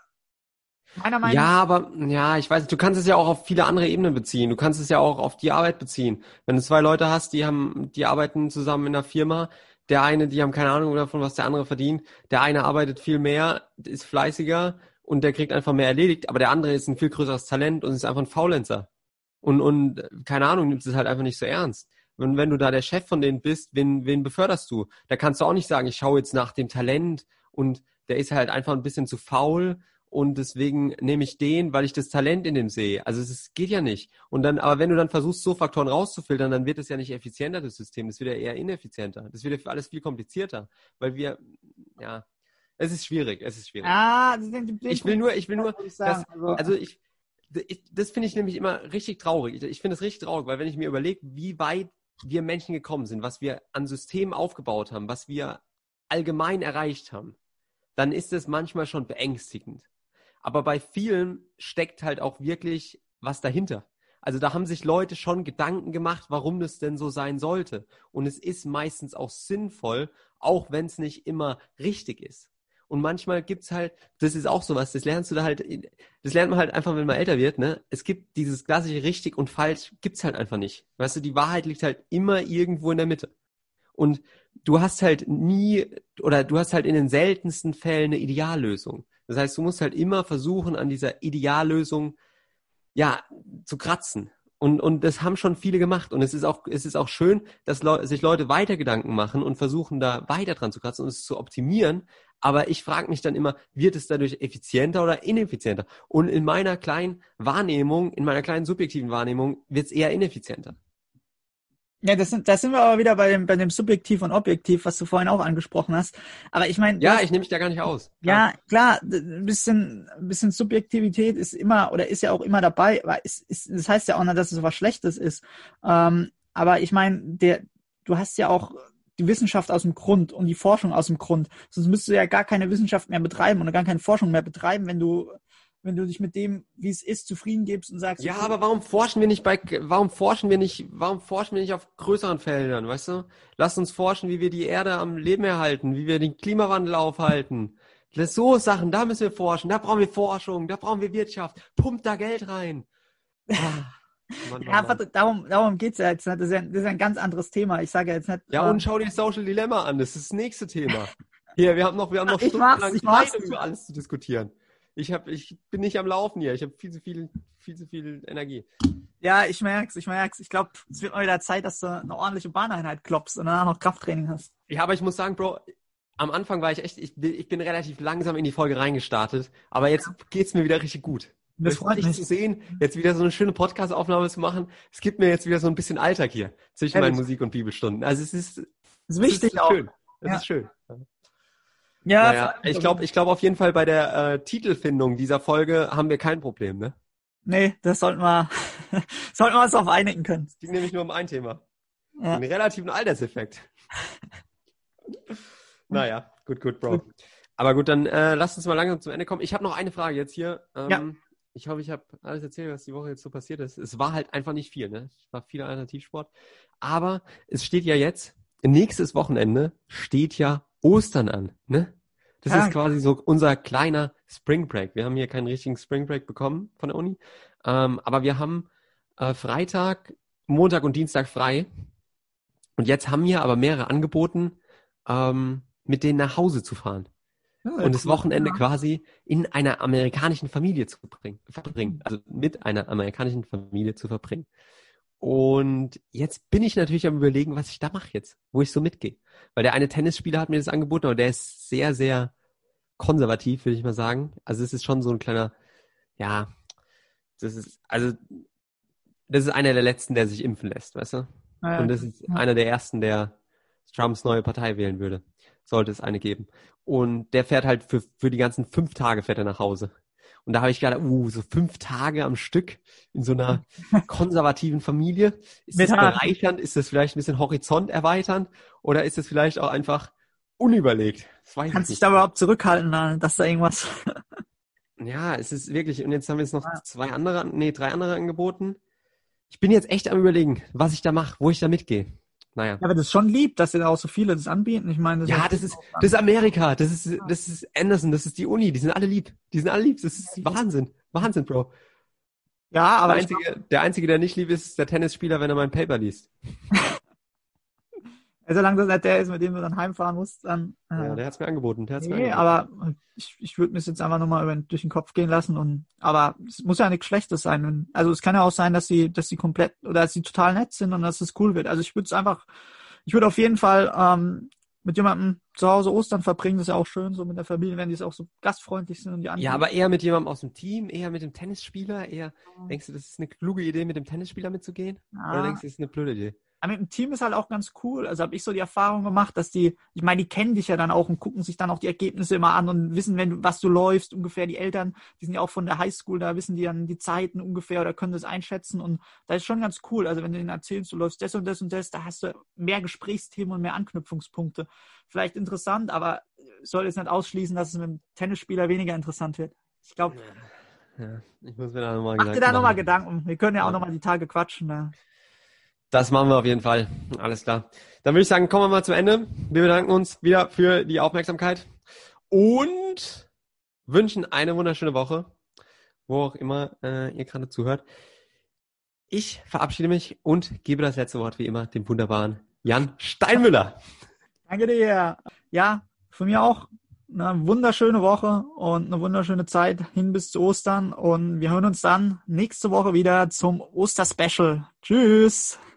meiner Meinung nach. Ja, aber, ja, ich weiß nicht, du kannst es ja auch auf viele andere Ebenen beziehen. Du kannst es ja auch auf die Arbeit beziehen. Wenn du zwei Leute hast, die haben, die arbeiten zusammen in einer Firma, der eine, die haben keine Ahnung davon, was der andere verdient. Der eine arbeitet viel mehr, ist fleißiger und der kriegt einfach mehr erledigt, aber der andere ist ein viel größeres Talent und ist einfach ein Faulenzer. Und, und keine Ahnung, nimmt es halt einfach nicht so ernst. Und wenn du da der Chef von denen bist, wen, wen beförderst du? Da kannst du auch nicht sagen, ich schaue jetzt nach dem Talent und der ist halt einfach ein bisschen zu faul und deswegen nehme ich den, weil ich das Talent in dem sehe. Also es ist, geht ja nicht. Und dann, aber wenn du dann versuchst, so Faktoren rauszufiltern, dann wird es ja nicht effizienter, das System. Das wird ja eher ineffizienter. Das wird ja alles viel komplizierter. Weil wir, ja, es ist schwierig, es ist schwierig. Ah, ich will nur, ich will nur, das, also ich, ich das finde ich nämlich immer richtig traurig. Ich, ich finde es richtig traurig, weil wenn ich mir überlege, wie weit wir Menschen gekommen sind, was wir an Systemen aufgebaut haben, was wir allgemein erreicht haben, dann ist es manchmal schon beängstigend. Aber bei vielen steckt halt auch wirklich was dahinter. Also da haben sich Leute schon Gedanken gemacht, warum das denn so sein sollte. Und es ist meistens auch sinnvoll, auch wenn es nicht immer richtig ist. Und manchmal gibt's halt, das ist auch sowas, das lernst du da halt, das lernt man halt einfach, wenn man älter wird, ne? Es gibt dieses klassische richtig und falsch, gibt's halt einfach nicht. Weißt du, die Wahrheit liegt halt immer irgendwo in der Mitte. Und du hast halt nie, oder du hast halt in den seltensten Fällen eine Ideallösung. Das heißt, du musst halt immer versuchen, an dieser Ideallösung, ja, zu kratzen. Und, und das haben schon viele gemacht. Und es ist auch, es ist auch schön, dass Leu- sich Leute weiter Gedanken machen und versuchen, da weiter dran zu kratzen und es zu optimieren. Aber ich frage mich dann immer, wird es dadurch effizienter oder ineffizienter? Und in meiner kleinen Wahrnehmung, in meiner kleinen subjektiven Wahrnehmung, wird es eher ineffizienter. Ja, das sind, da sind wir aber wieder bei dem, bei dem Subjektiv und Objektiv, was du vorhin auch angesprochen hast. Aber ich meine, Ja, ich nehme mich da gar nicht aus. ja, klar, ein bisschen, ein bisschen Subjektivität ist immer oder ist ja auch immer dabei, aber es ist, das heißt ja auch nicht, dass es so was Schlechtes ist. Ähm, aber ich meine, der, du hast ja auch die Wissenschaft aus dem Grund und die Forschung aus dem Grund. Sonst müsstest du ja gar keine Wissenschaft mehr betreiben oder gar keine Forschung mehr betreiben, wenn du, wenn du dich mit dem, wie es ist, zufrieden gibst und sagst, Ja, okay, aber warum forschen wir nicht bei, warum forschen wir nicht, warum forschen wir nicht auf größeren Feldern, weißt du? Lass uns forschen, wie wir die Erde am Leben erhalten, wie wir den Klimawandel aufhalten. Das so Sachen, da müssen wir forschen, da brauchen wir Forschung, da brauchen wir Wirtschaft, pumpt da Geld rein. Ah, Mann, ja, Mann, Mann. darum, darum geht's ja jetzt nicht. Das ist ja, das ist ja ein ganz anderes Thema. Ich sage ja jetzt nicht. Ja, äh, und schau dir Social Dilemma an, das ist das nächste Thema. Hier, wir haben noch, wir haben noch Ich mach's, stundenlang ich mach's. Zeit, um über alles zu diskutieren. Ich hab, ich bin nicht am Laufen hier, ich habe viel zu viel, viel zu viel Energie. Ja, ich merk's, ich merk's. Ich glaube, es wird mal wieder Zeit, dass du eine ordentliche Bahneinheit klopfst und danach noch Krafttraining hast. Ja, aber ich muss sagen, Bro, am Anfang war ich echt, ich, bin- ich bin relativ langsam in die Folge reingestartet, aber jetzt geht's mir wieder richtig gut. Das Es ist freut dich mich. zu sehen, jetzt wieder so eine schöne Podcast-Aufnahme zu machen. Es gibt mir jetzt wieder so ein bisschen Alltag hier zwischen Ehrlich. meinen Musik- und Bibelstunden. Also es ist, Das ist es wichtig ist auch. schön. Es Ja. ist schön. Ja, Naja, ich glaube, ich glaube auf jeden Fall bei der äh, Titelfindung dieser Folge haben wir kein Problem, ne? Nee, das sollten wir, sollten wir uns auf einigen können. Es ging nämlich nur um ein Thema. Ja. Den relativen Alterseffekt. Naja, gut, gut, Bro. Aber gut, dann äh, lass uns mal langsam zum Ende kommen. Ich habe noch eine Frage jetzt hier. Ähm, Ja. Ich hoffe, ich habe alles erzählt, was die Woche jetzt so passiert ist. Es war halt einfach nicht viel, ne? Es war viel Alternativsport. Aber es steht ja jetzt, nächstes Wochenende steht ja Ostern an, ne? Das Ja. ist quasi so unser kleiner Spring Break. Wir haben hier keinen richtigen Spring Break bekommen von der Uni. Ähm, aber wir haben äh, Freitag, Montag und Dienstag frei. Und jetzt haben wir aber mehrere angeboten, ähm, mit denen nach Hause zu fahren. Ja, Und das cool. Wochenende Ja. quasi in einer amerikanischen Familie zu verbringen, verbringen. Also mit einer amerikanischen Familie zu verbringen. Und jetzt bin ich natürlich am Überlegen, was ich da mache jetzt, wo ich so mitgehe. Weil der eine Tennisspieler hat mir das angeboten, aber der ist sehr, sehr konservativ, würde ich mal sagen. Also es ist schon so ein kleiner, ja, das ist, also das ist einer der letzten, der sich impfen lässt, weißt du? Ja, Und das ist ja. einer der ersten, der Trumps neue Partei wählen würde. Sollte es eine geben. Und der fährt halt für, für die ganzen fünf Tage fährt er nach Hause. Und da habe ich gedacht, uh, so fünf Tage am Stück in so einer konservativen Familie. Ist Mit das Haaren. bereichernd? Ist das vielleicht ein bisschen Horizont erweiternd? Oder ist das vielleicht auch einfach unüberlegt? Das weiß Kannst ich dich nicht. da überhaupt zurückhalten, dass da irgendwas. Ja, es ist wirklich, und jetzt haben wir jetzt noch zwei andere, nee, drei andere angeboten. Ich bin jetzt echt am Überlegen, was ich da mache, wo ich da mitgehe. Naja. Ja, aber das ist schon lieb, dass dir da auch so viele das anbieten. Ich meine, das Ja, das ist, das ist Amerika, das ist, das ist Anderson, das ist die Uni, die sind alle lieb. Die sind alle lieb, das ist Wahnsinn. Wahnsinn, Bro. Ja, aber Der ich einzige, der einzige, der nicht lieb ist, ist der Tennisspieler, wenn er mein Paper liest. solange das nicht der ist, mit dem du dann heimfahren musst, dann. Äh, Ja, der hat's mir angeboten, der hat's mir nee, angeboten. aber ich, ich würde mir es jetzt einfach nochmal über, durch den Kopf gehen lassen und aber es muss ja nichts Schlechtes sein. Wenn, also es kann ja auch sein, dass sie, dass sie komplett oder dass sie total nett sind und dass es cool wird. Also ich würde es einfach, ich würde auf jeden Fall ähm, mit jemandem zu Hause Ostern verbringen, das ist ja auch schön, so mit der Familie, wenn die es auch so gastfreundlich sind und die anderen. Ja, aber eher mit jemandem aus dem Team, eher mit dem Tennisspieler, eher, denkst du, das ist eine kluge Idee, mit dem Tennisspieler mitzugehen? Ja. Oder denkst du, das ist eine blöde Idee? Aber mit dem Team ist halt auch ganz cool. Also habe ich so die Erfahrung gemacht, dass die, ich meine, die kennen dich ja dann auch und gucken sich dann auch die Ergebnisse immer an und wissen, wenn du, was du läufst, ungefähr die Eltern, die sind ja auch von der Highschool, da wissen die dann die Zeiten ungefähr oder können das einschätzen und das ist schon ganz cool. Also wenn du denen erzählst, du läufst das und das und das, da hast du mehr Gesprächsthemen und mehr Anknüpfungspunkte. Vielleicht interessant, aber soll jetzt nicht ausschließen, dass es mit dem Tennisspieler weniger interessant wird. Ich glaube, Ja, ich muss mir da nochmal mach dir Gedanken da nochmal machen. Gedanken. Wir können ja auch Ja. nochmal die Tage quatschen. Da. Das machen wir auf jeden Fall. Alles klar. Dann würde ich sagen, kommen wir mal zum Ende. Wir bedanken uns wieder für die Aufmerksamkeit und wünschen eine wunderschöne Woche, wo auch immer äh, ihr gerade zuhört. Ich verabschiede mich und gebe das letzte Wort wie immer dem wunderbaren Jan Steinmüller. Danke dir. Ja, von mir auch eine wunderschöne Woche und eine wunderschöne Zeit hin bis zu Ostern. Und wir hören uns dann nächste Woche wieder zum Osterspecial. Tschüss!